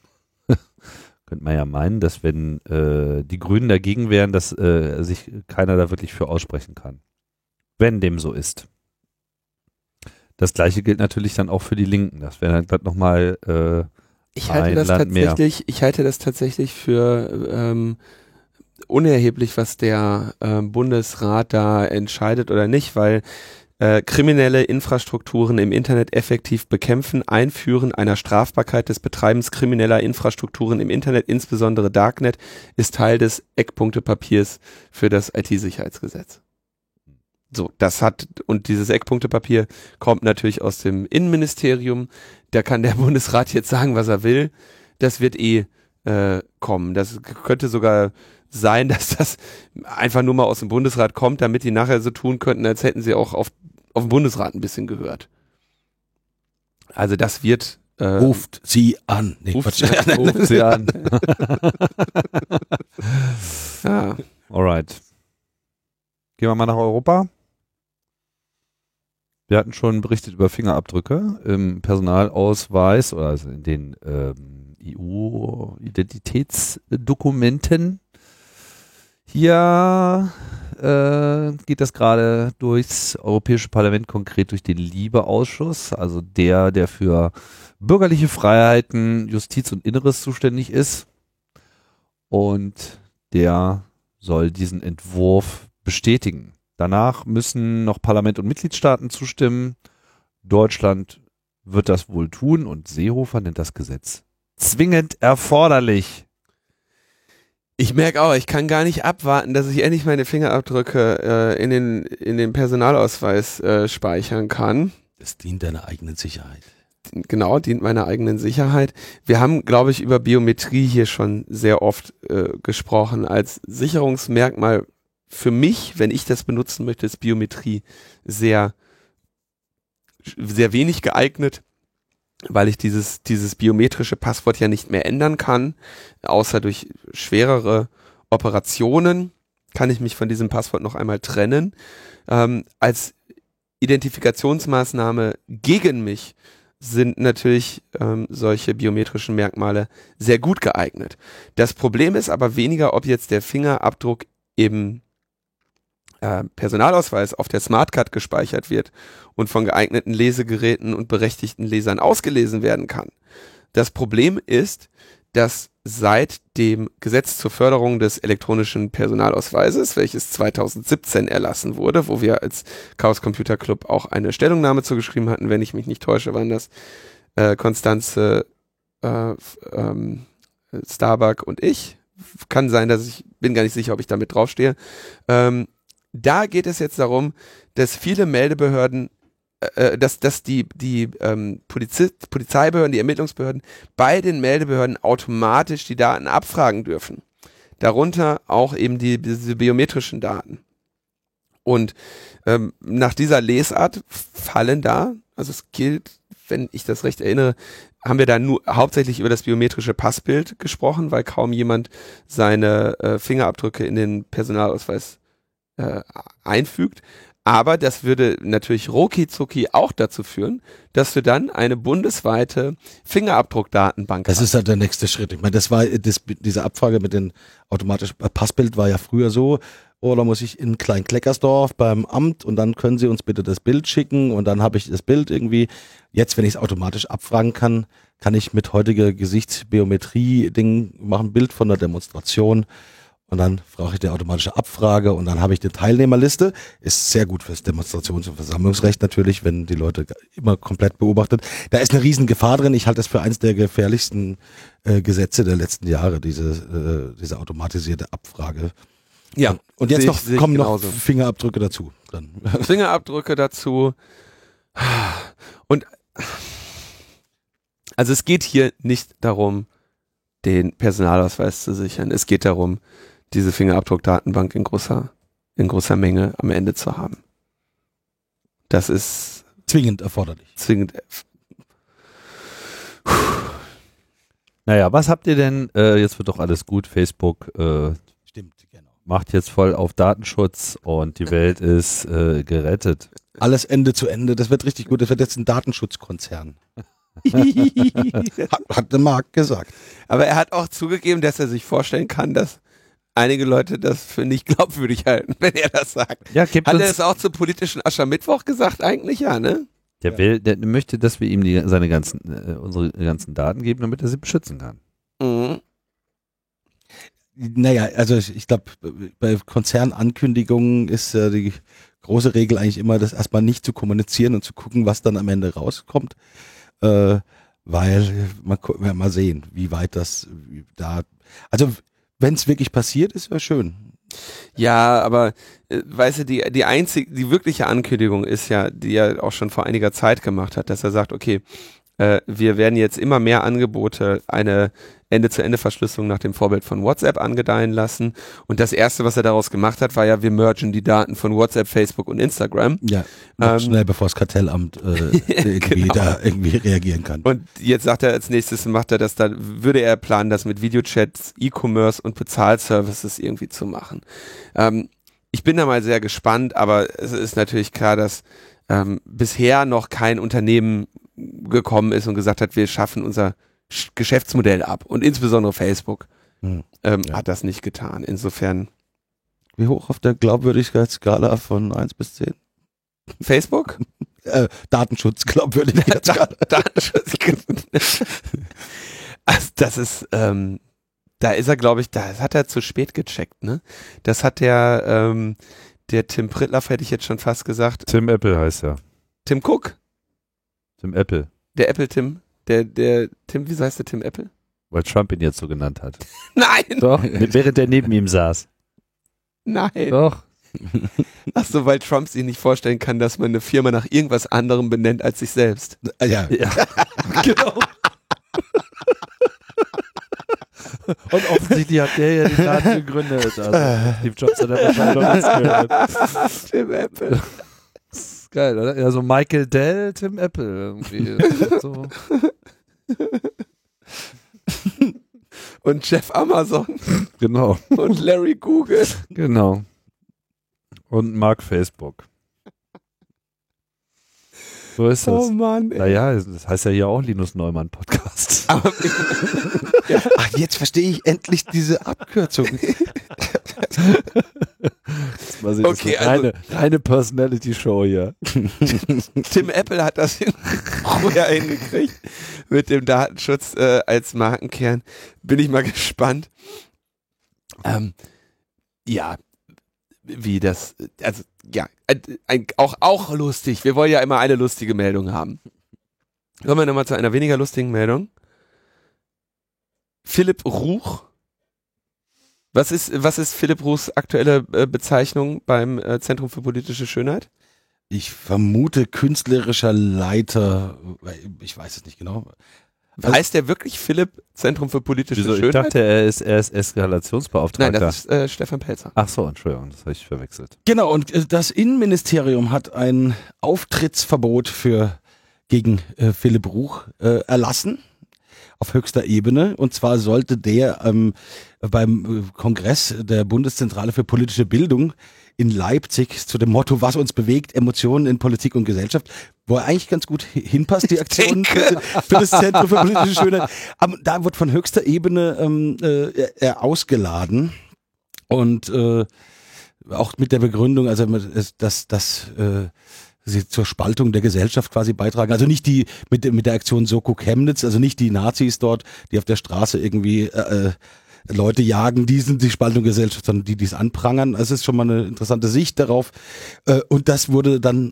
S1: dass wenn die Grünen dagegen wären, dass sich keiner da wirklich für aussprechen kann. Wenn dem so ist. Das Gleiche gilt natürlich dann auch für die Linken. Das wäre dann nochmal
S2: ich halte das tatsächlich für unerheblich, was der Bundesrat da entscheidet oder nicht, weil kriminelle Infrastrukturen im Internet effektiv bekämpfen, Einführen einer Strafbarkeit des Betreibens krimineller Infrastrukturen im Internet, insbesondere Darknet, ist Teil des Eckpunktepapiers für das IT-Sicherheitsgesetz. So, und dieses Eckpunktepapier kommt natürlich aus dem Innenministerium. Da kann der Bundesrat jetzt sagen, was er will. das wird kommen. Das könnte sogar sein, dass das einfach nur mal aus dem Bundesrat kommt, damit die nachher so tun könnten, als hätten sie auch auf den Bundesrat ein bisschen gehört. Also das wird...
S3: ruft sie an. Nee,
S2: ruft sie an. Ja.
S1: Alright. Gehen wir mal nach Europa. Wir hatten schon berichtet über Fingerabdrücke im Personalausweis oder also in den EU-Identitätsdokumenten. Hier geht das gerade durchs Europäische Parlament, konkret durch den LIBE-Ausschuss, also der für bürgerliche Freiheiten, Justiz und Inneres zuständig ist. Und der soll diesen Entwurf bestätigen. Danach müssen noch Parlament und Mitgliedstaaten zustimmen. Deutschland wird das wohl tun und Seehofer nennt das Gesetz zwingend erforderlich.
S2: Ich merke auch, ich kann gar nicht abwarten, dass ich endlich meine Fingerabdrücke in den Personalausweis speichern kann.
S3: Das dient deiner eigenen Sicherheit.
S2: Genau, dient meiner eigenen Sicherheit. Wir haben, glaube ich, über Biometrie hier schon sehr oft gesprochen. Als Sicherungsmerkmal für mich, wenn ich das benutzen möchte, ist Biometrie sehr, sehr wenig geeignet, weil ich dieses biometrische Passwort ja nicht mehr ändern kann, außer durch schwerere Operationen kann ich mich von diesem Passwort noch einmal trennen. Als Identifikationsmaßnahme gegen mich sind natürlich solche biometrischen Merkmale sehr gut geeignet. Das Problem ist aber weniger, ob jetzt der Fingerabdruck im Personalausweis auf der Smartcard gespeichert wird und von geeigneten Lesegeräten und berechtigten Lesern ausgelesen werden kann. Das Problem ist, dass seit dem Gesetz zur Förderung des elektronischen Personalausweises, welches 2017 erlassen wurde, wo wir als Chaos Computer Club auch eine Stellungnahme zugeschrieben hatten, wenn ich mich nicht täusche, waren das Konstanze, Starbuck und ich. Kann sein, bin gar nicht sicher, ob ich damit draufstehe. Da geht es jetzt darum, dass viele Meldebehörden, dass die Polizeibehörden, die Ermittlungsbehörden bei den Meldebehörden automatisch die Daten abfragen dürfen. Darunter auch eben diese biometrischen Daten. Und nach dieser Lesart fallen da, also es gilt, wenn ich das recht erinnere, haben wir da nur hauptsächlich über das biometrische Passbild gesprochen, weil kaum jemand seine Fingerabdrücke in den Personalausweis einfügt. Aber das würde natürlich rucki-zucki auch dazu führen, dass wir dann eine bundesweite Fingerabdruckdatenbank haben.
S3: Das ist halt der nächste Schritt. Ich meine, diese Abfrage mit dem automatischen Passbild war ja früher so, da muss ich in Klein-Kleckersdorf beim Amt und dann können Sie uns bitte das Bild schicken und dann habe ich das Bild irgendwie. Jetzt, wenn ich es automatisch abfragen kann, kann ich mit heutiger Gesichtsbiometrie-Ding machen, ein Bild von der Demonstration. Und dann brauche ich die automatische Abfrage und dann habe ich die Teilnehmerliste. Ist sehr gut fürs Demonstrations- und Versammlungsrecht natürlich, wenn die Leute immer komplett beobachtet. Da ist eine riesen Gefahr drin. Ich halte das für eines der gefährlichsten Gesetze der letzten Jahre, diese automatisierte Abfrage.
S2: Ja.
S3: Und jetzt kommen noch Fingerabdrücke dazu. Dann.
S2: Fingerabdrücke dazu. Und also es geht hier nicht darum, den Personalausweis zu sichern. Es geht darum, diese Fingerabdruckdatenbank in großer Menge am Ende zu haben. Das ist
S3: zwingend erforderlich.
S1: Naja, was habt ihr denn, jetzt wird doch alles gut, Facebook
S3: Stimmt, genau.
S1: macht jetzt voll auf Datenschutz und die Welt ist gerettet.
S3: Alles Ende zu Ende, das wird richtig gut, das wird jetzt ein Datenschutzkonzern. hat der Marc gesagt.
S2: Aber er hat auch zugegeben, dass er sich vorstellen kann, dass einige Leute das für nicht glaubwürdig halten, wenn er das sagt.
S1: Ja,
S2: hat er es auch zum politischen Aschermittwoch gesagt? Eigentlich ja, ne?
S1: Der möchte, dass wir ihm unsere ganzen Daten geben, damit er sie beschützen kann.
S2: Mhm.
S3: Naja, also ich glaube, bei Konzernankündigungen ist die große Regel eigentlich immer, das erstmal nicht zu kommunizieren und zu gucken, was dann am Ende rauskommt. Weil man mal sehen, wie weit das da, also wenn es wirklich passiert ist, wäre schön.
S2: Ja, aber weißt du, die wirkliche Ankündigung ist ja, die er auch schon vor einiger Zeit gemacht hat, dass er sagt, okay, wir werden jetzt immer mehr Angebote eine Ende-zu-Ende-Verschlüsselung nach dem Vorbild von WhatsApp angedeihen lassen. Und das Erste, was er daraus gemacht hat, war ja, wir mergen die Daten von WhatsApp, Facebook und Instagram.
S3: Ja, schnell, bevor das Kartellamt
S2: genau.
S3: da irgendwie reagieren kann.
S2: Und jetzt sagt er, als nächstes macht er das, dann würde er planen, das mit Videochats, E-Commerce und Bezahlservices irgendwie zu machen. Ich bin da mal sehr gespannt, aber es ist natürlich klar, dass bisher noch kein Unternehmen gekommen ist und gesagt hat, wir schaffen unser Geschäftsmodell ab. Und insbesondere Facebook hat das nicht getan. Insofern.
S3: Wie hoch auf der Glaubwürdigkeitsskala von 1 bis 10?
S2: Facebook?
S3: Datenschutzglaubwürdigkeitsskala.
S2: Datenschutz. Also das ist, da ist er, glaube ich, das hat er zu spät gecheckt, ne? Das hat der Tim Pritlove, hätte ich jetzt schon fast gesagt.
S1: Tim Apple heißt er.
S2: Tim Cook?
S1: Tim Apple.
S2: Der Apple Tim. Der Tim, wie heißt der Tim Apple?
S1: Weil Trump ihn jetzt so genannt hat.
S2: Nein!
S1: Doch, während er neben ihm saß.
S2: Nein!
S1: Doch.
S2: Ach so, weil Trump sich nicht vorstellen kann, dass man eine Firma nach irgendwas anderem benennt als sich selbst.
S3: Ja.
S1: Genau. Und offensichtlich hat der ja den Laden gegründet. Also Steve Jobs hat er wahrscheinlich noch nichts gehört.
S2: Tim Apple.
S1: Das ist geil, oder? Ja, so Michael Dell, Tim Apple irgendwie. So.
S2: Und Jeff Amazon.
S1: Genau.
S2: Und Larry Google.
S1: Genau. Und Mark Facebook. So ist das.
S2: Oh Mann, ey.
S1: Naja, das heißt ja hier auch Linus Neumann Podcast.
S2: Aber,
S3: Ach, jetzt verstehe ich endlich diese Abkürzung.
S2: Okay, also
S1: reine Personality-Show hier.
S2: Tim Apple hat das vorher hingekriegt mit dem Datenschutz als Markenkern. Bin ich mal gespannt. Ja, wie das, also ja, auch lustig. Wir wollen ja immer eine lustige Meldung haben. Kommen wir nochmal zu einer weniger lustigen Meldung. Philipp Ruch. Was ist Philipp Ruchs aktuelle Bezeichnung beim Zentrum für politische Schönheit?
S3: Ich vermute künstlerischer Leiter, ich weiß es nicht genau.
S2: Heißt der wirklich Philipp, Zentrum für politische Schönheit?
S1: Ich dachte, er ist Eskalationsbeauftragter.
S2: Nein, das ist Stefan Pelzer.
S1: Ach so, Entschuldigung, das habe ich verwechselt.
S3: Genau, und das Innenministerium hat ein Auftrittsverbot gegen Philipp Ruch erlassen auf höchster Ebene. Und zwar sollte der beim Kongress der Bundeszentrale für politische Bildung in Leipzig zu dem Motto, was uns bewegt, Emotionen in Politik und Gesellschaft, wo er eigentlich ganz gut hinpasst, die Aktion für das Zentrum für politische Schönheit. Aber da wird von höchster Ebene er ausgeladen und auch mit der Begründung, also dass sie zur Spaltung der Gesellschaft quasi beitragen. Also nicht die mit der Aktion Soko Chemnitz, also nicht die Nazis dort, die auf der Straße irgendwie Leute jagen, die sind die Spaltung der Gesellschaft, sondern die es anprangern. Also es ist schon mal eine interessante Sicht darauf. Und das wurde dann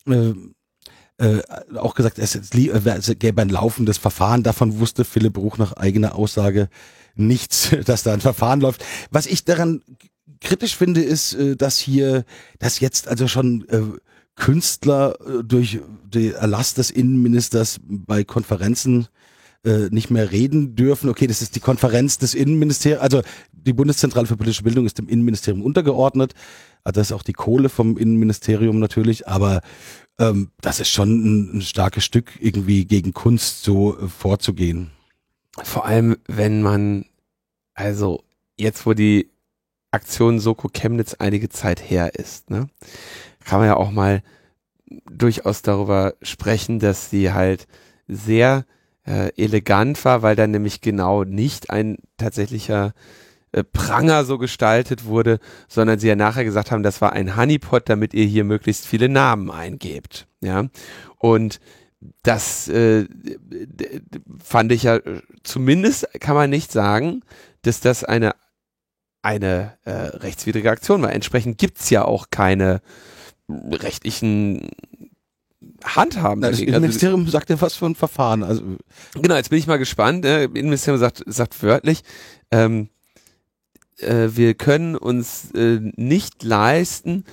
S3: auch gesagt, es gäbe ein laufendes Verfahren. Davon wusste Philipp Ruch nach eigener Aussage nichts, dass da ein Verfahren läuft. Was ich daran kritisch finde, ist, dass jetzt also schon Künstler durch den Erlass des Innenministers bei Konferenzen nicht mehr reden dürfen. Okay, das ist die Konferenz des Innenministeriums, also die Bundeszentrale für politische Bildung ist dem Innenministerium untergeordnet. Also das ist auch die Kohle vom Innenministerium natürlich, aber das ist schon ein starkes Stück, irgendwie gegen Kunst so vorzugehen.
S2: Vor allem, wenn man, also jetzt wo die Aktion Soko Chemnitz einige Zeit her ist, ne, kann man ja auch mal durchaus darüber sprechen, dass sie halt sehr elegant war, weil dann nämlich genau nicht ein tatsächlicher Pranger so gestaltet wurde, sondern sie ja nachher gesagt haben, das war ein Honeypot, damit ihr hier möglichst viele Namen eingebt. Ja, und das fand ich ja, zumindest kann man nicht sagen, dass das eine rechtswidrige Aktion war. Entsprechend gibt's ja auch keine rechtlichen Handhaben.
S3: Das Innenministerium sagt ja was von Verfahren. Also
S2: genau, jetzt bin ich mal gespannt. Das Innenministerium sagt wörtlich, wir können uns nicht leisten,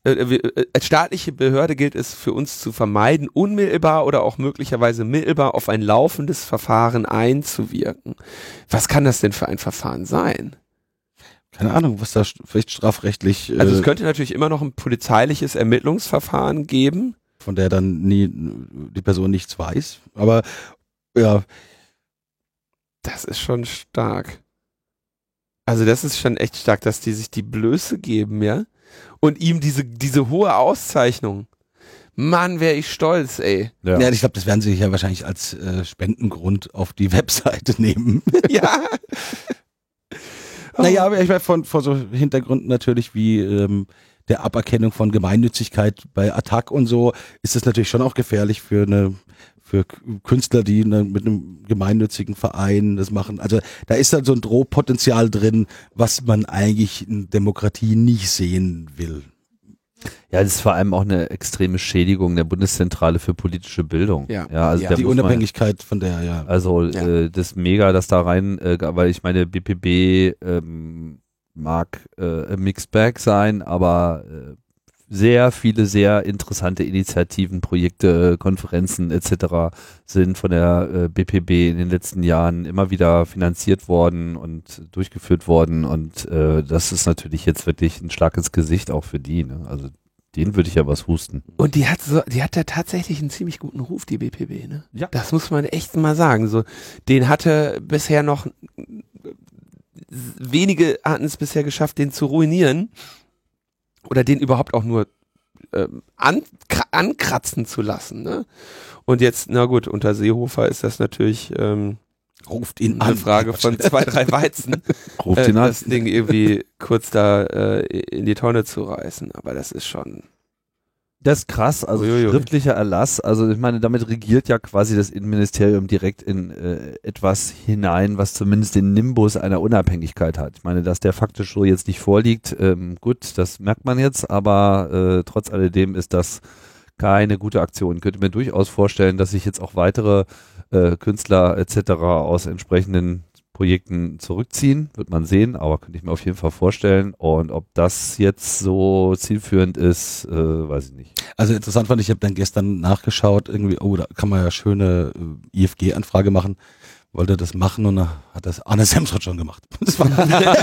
S2: als staatliche Behörde gilt es für uns zu vermeiden, unmittelbar oder auch möglicherweise mittelbar auf ein laufendes Verfahren einzuwirken. Was kann das denn für ein Verfahren sein?
S3: Keine Ahnung, was da vielleicht strafrechtlich...
S2: Also es könnte natürlich immer noch ein polizeiliches Ermittlungsverfahren geben.
S3: Von der dann nie die Person nichts weiß. Aber ja...
S2: Das ist schon stark. Also das ist schon echt stark, dass die sich die Blöße geben, ja? Und ihm diese hohe Auszeichnung. Mann, wäre ich stolz, ey.
S3: Ja, ich glaube, das werden sie ja wahrscheinlich als Spendengrund auf die Webseite nehmen.
S2: Ja.
S3: Naja, aber ich meine, vor so Hintergründen natürlich wie der Aberkennung von Gemeinnützigkeit bei Attac und so, ist das natürlich schon auch gefährlich für Künstler, die mit einem gemeinnützigen Verein das machen. Also da ist dann so ein Drohpotenzial drin, was man eigentlich in Demokratie nicht sehen will.
S1: Ja, das ist vor allem auch eine extreme Schädigung der Bundeszentrale für politische Bildung.
S2: Ja.
S1: Also
S2: Ja.
S1: da
S3: Die
S1: muss man-
S3: Unabhängigkeit von der, ja.
S1: Also
S2: Ja.
S1: das ist mega, dass da rein, weil ich meine, BPB mag Mixed Bag sein, aber sehr viele sehr interessante Initiativen, Projekte, Konferenzen etc. sind von der BPB in den letzten Jahren immer wieder finanziert worden und durchgeführt worden und das ist natürlich jetzt wirklich ein Schlag ins Gesicht auch für die. Ne? Also denen würde ich ja was husten.
S2: Und die hat ja tatsächlich einen ziemlich guten Ruf, die BPB, ne?
S1: Ja.
S2: Das muss man echt mal sagen. So, den hatte bisher noch wenige hatten es bisher geschafft, den zu ruinieren oder den überhaupt auch nur ankratzen zu lassen. Ne? Und jetzt, na gut, unter Seehofer ist das natürlich
S3: Ruft ihn
S2: eine
S3: an.
S2: Frage von 2, 3 Weizen,
S1: Ruft ihn an.
S2: das Ding irgendwie kurz da in die Tonne zu reißen. Aber das ist schon...
S1: Das ist krass, also
S2: Uiuiui.
S1: schriftlicher Erlass, also ich meine, damit regiert ja quasi das Innenministerium direkt in etwas hinein, was zumindest den Nimbus einer Unabhängigkeit hat. Ich meine, dass der faktisch so jetzt nicht vorliegt, gut, das merkt man jetzt, aber trotz alledem ist das keine gute Aktion. Ich könnte mir durchaus vorstellen, dass sich jetzt auch weitere Künstler etc. aus entsprechenden Projekten zurückziehen, wird man sehen, aber könnte ich mir auf jeden Fall vorstellen. Und ob das jetzt so zielführend ist, weiß ich nicht.
S3: Also interessant fand ich habe dann gestern nachgeschaut, irgendwie, oh, da kann man ja schöne IFG-Anfrage machen. Wollte das machen und dann hat das Arne Semsrott schon gemacht. Das war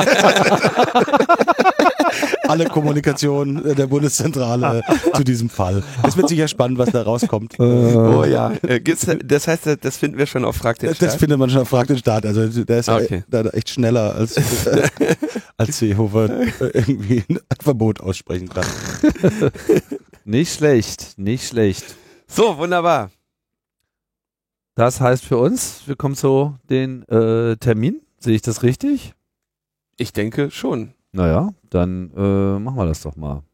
S3: alle Kommunikation der Bundeszentrale zu diesem Fall. Es wird sicher spannend, was da rauskommt.
S2: Oh ja. Das heißt, das finden wir schon auf Frag den
S3: Das
S2: Staat?
S3: findet man schon auf Frag den Staat. Also der ist
S2: Okay.
S3: da echt schneller als Seehofer irgendwie ein Verbot aussprechen kann.
S1: Nicht schlecht, nicht schlecht.
S2: So, wunderbar.
S1: Das heißt für uns, wir kommen zu den Termin. Sehe ich das richtig?
S2: Ich denke schon.
S1: Naja, dann machen wir das doch mal.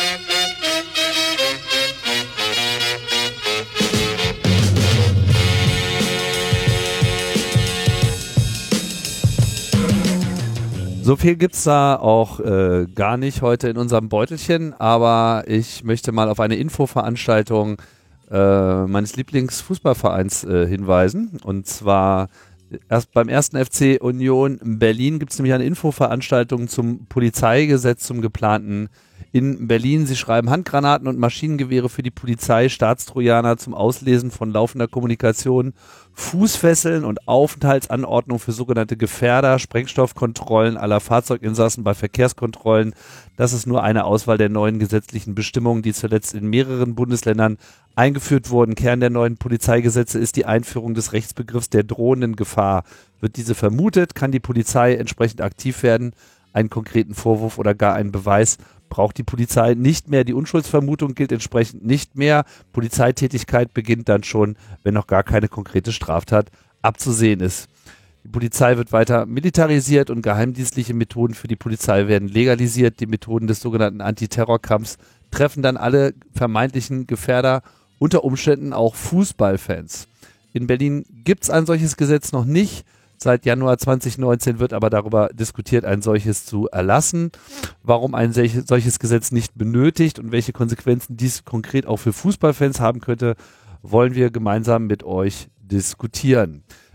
S1: So viel gibt's da auch gar nicht heute in unserem Beutelchen, aber ich möchte mal auf eine Infoveranstaltung meines Lieblingsfußballvereins hinweisen. Und zwar erst beim 1. FC Union Berlin gibt es nämlich eine Infoveranstaltung zum Polizeigesetz, zum geplanten in Berlin. Sie schreiben Handgranaten und Maschinengewehre für die Polizei, Staatstrojaner zum Auslesen von laufender Kommunikation, Fußfesseln und Aufenthaltsanordnung für sogenannte Gefährder, Sprengstoffkontrollen aller Fahrzeuginsassen bei Verkehrskontrollen. Das ist nur eine Auswahl der neuen gesetzlichen Bestimmungen, die zuletzt in mehreren Bundesländern eingeführt wurden. Kern der neuen Polizeigesetze ist die Einführung des Rechtsbegriffs der drohenden Gefahr. Wird diese vermutet, kann die Polizei entsprechend aktiv werden. Einen konkreten Vorwurf oder gar einen Beweis braucht die Polizei nicht mehr. Die Unschuldsvermutung gilt entsprechend nicht mehr. Polizeitätigkeit beginnt dann schon, wenn noch gar keine konkrete Straftat abzusehen ist. Die Polizei wird weiter militarisiert und geheimdienstliche Methoden für die Polizei werden legalisiert. Die Methoden des sogenannten Antiterrorkampfs treffen dann alle vermeintlichen Gefährder, unter Umständen auch Fußballfans. In Berlin gibt es ein solches Gesetz noch nicht. Seit Januar 2019 wird aber darüber diskutiert, ein solches zu erlassen. Warum ein solches Gesetz nicht benötigt und welche Konsequenzen dies konkret auch für Fußballfans haben könnte, wollen wir gemeinsam mit euch diskutieren.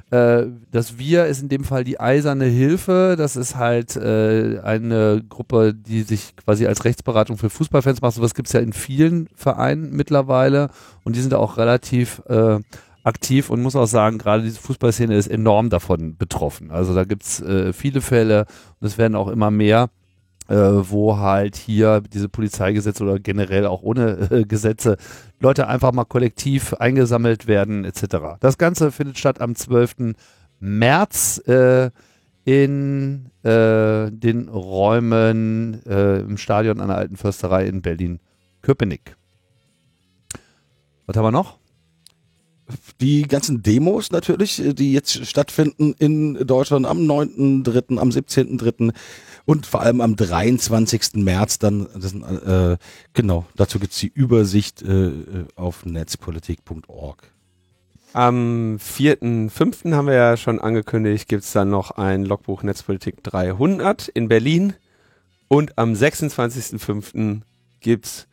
S1: Das Wir ist in dem Fall die Eiserne Hilfe. Das ist halt eine Gruppe, die sich quasi als Rechtsberatung für Fußballfans macht. Sowas gibt es ja in vielen Vereinen mittlerweile und die sind auch relativ aktiv und muss auch sagen, gerade diese Fußballszene ist enorm davon betroffen. Also da gibt es viele Fälle und es werden auch immer mehr, wo halt hier diese Polizeigesetze oder generell auch ohne Gesetze Leute einfach mal kollektiv eingesammelt werden etc. Das Ganze findet statt am 12. März in den Räumen im Stadion an der Alten Försterei in Berlin-Köpenick. Was haben wir noch?
S3: Die ganzen Demos natürlich, die jetzt stattfinden in Deutschland am 9.3., am 17.3. und vor allem am 23. März dann, genau, dazu gibt's die Übersicht auf netzpolitik.org.
S2: Am 4.5. haben wir ja schon angekündigt, gibt's dann noch ein Logbuch Netzpolitik 300 in Berlin und am 26.5. gibt's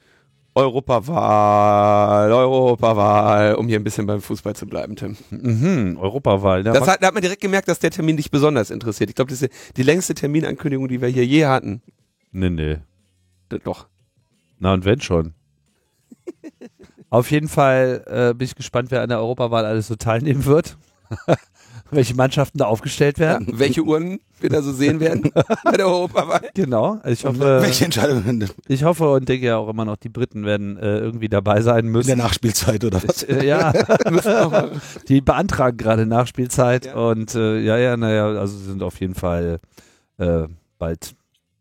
S2: Europawahl, um hier ein bisschen beim Fußball zu bleiben, Tim.
S1: Europawahl.
S2: Da hat man direkt gemerkt, dass der Termin dich besonders interessiert. Ich glaube, das ist die längste Terminankündigung, die wir hier je hatten.
S1: Nee.
S2: Doch.
S1: Na und wenn schon. Auf jeden Fall bin ich gespannt, wer an der Europawahl alles so teilnehmen wird. Welche Mannschaften da aufgestellt werden.
S2: Ja, welche Uhren wir da so sehen werden bei der Europawahl.
S1: Genau. Also ich hoffe,
S3: welche Entscheidungen?
S1: Ich hoffe und denke ja auch immer noch, die Briten werden irgendwie dabei sein müssen.
S3: In der Nachspielzeit oder was?
S1: Ja, die beantragen gerade Nachspielzeit und also sie sind auf jeden Fall bald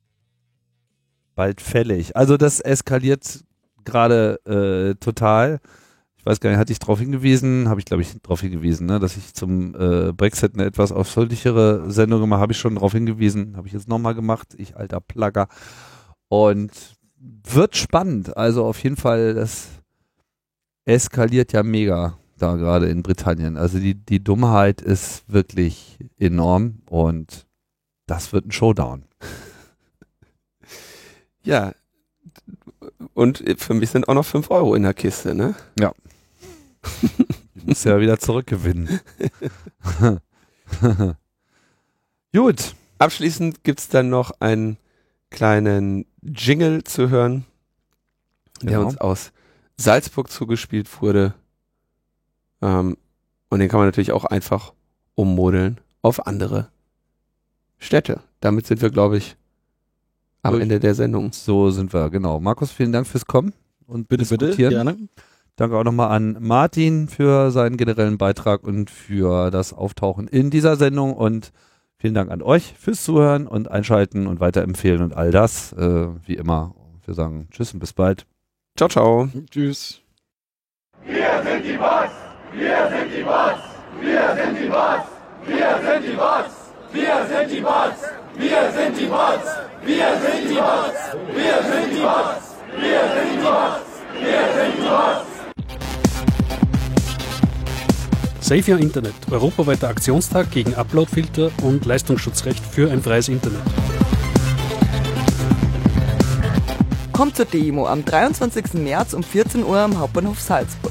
S1: fällig. Also das eskaliert gerade total. Ich weiß gar nicht, hatte ich darauf hingewiesen? Habe ich, glaube ich, darauf hingewiesen, ne? Dass ich zum Brexit eine etwas ausführlichere Sendung gemacht habe. Habe ich schon darauf hingewiesen. Habe ich jetzt nochmal gemacht. Ich alter Plagger. Und wird spannend. Also auf jeden Fall, das eskaliert ja mega da gerade in Britannien. Also die Dummheit ist wirklich enorm und das wird ein Showdown.
S2: Ja. Und für mich sind auch noch 5 Euro in der Kiste, ne?
S1: Ja. Ich muss ja wieder zurückgewinnen. Gut.
S2: Abschließend gibt's dann noch einen kleinen Jingle zu hören, der uns aus Salzburg zugespielt wurde. Und den kann man natürlich auch einfach ummodeln auf andere Städte. Damit sind wir, glaube ich, am Ende der Sendung.
S1: So sind wir, genau. Markus, vielen Dank fürs Kommen und
S3: Bitte, gerne.
S1: Danke auch nochmal an Martin für seinen generellen Beitrag und für das Auftauchen in dieser Sendung und vielen Dank an euch fürs Zuhören und Einschalten und Weiterempfehlen und all das. Wie immer, wir sagen Tschüss und bis bald.
S2: Ciao, ciao.
S3: Tschüss.
S5: Wir sind die Boss! Wir sind die Boss! Wir sind die Boss! Wir sind die Boss! Wir sind die Boss! Wir sind die Boss! Wir sind die Boss! Wir sind die Boss! Wir sind die Boss! Wir sind die Boss!
S6: Save Your Internet, europaweiter Aktionstag gegen Uploadfilter und Leistungsschutzrecht für ein freies Internet.
S7: Kommt zur Demo am 23. März um 14 Uhr am Hauptbahnhof Salzburg.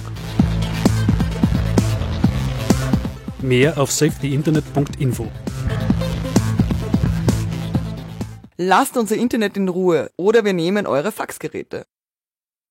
S6: Mehr auf safetyinternet.info.
S7: Lasst unser Internet in Ruhe oder wir nehmen eure Faxgeräte.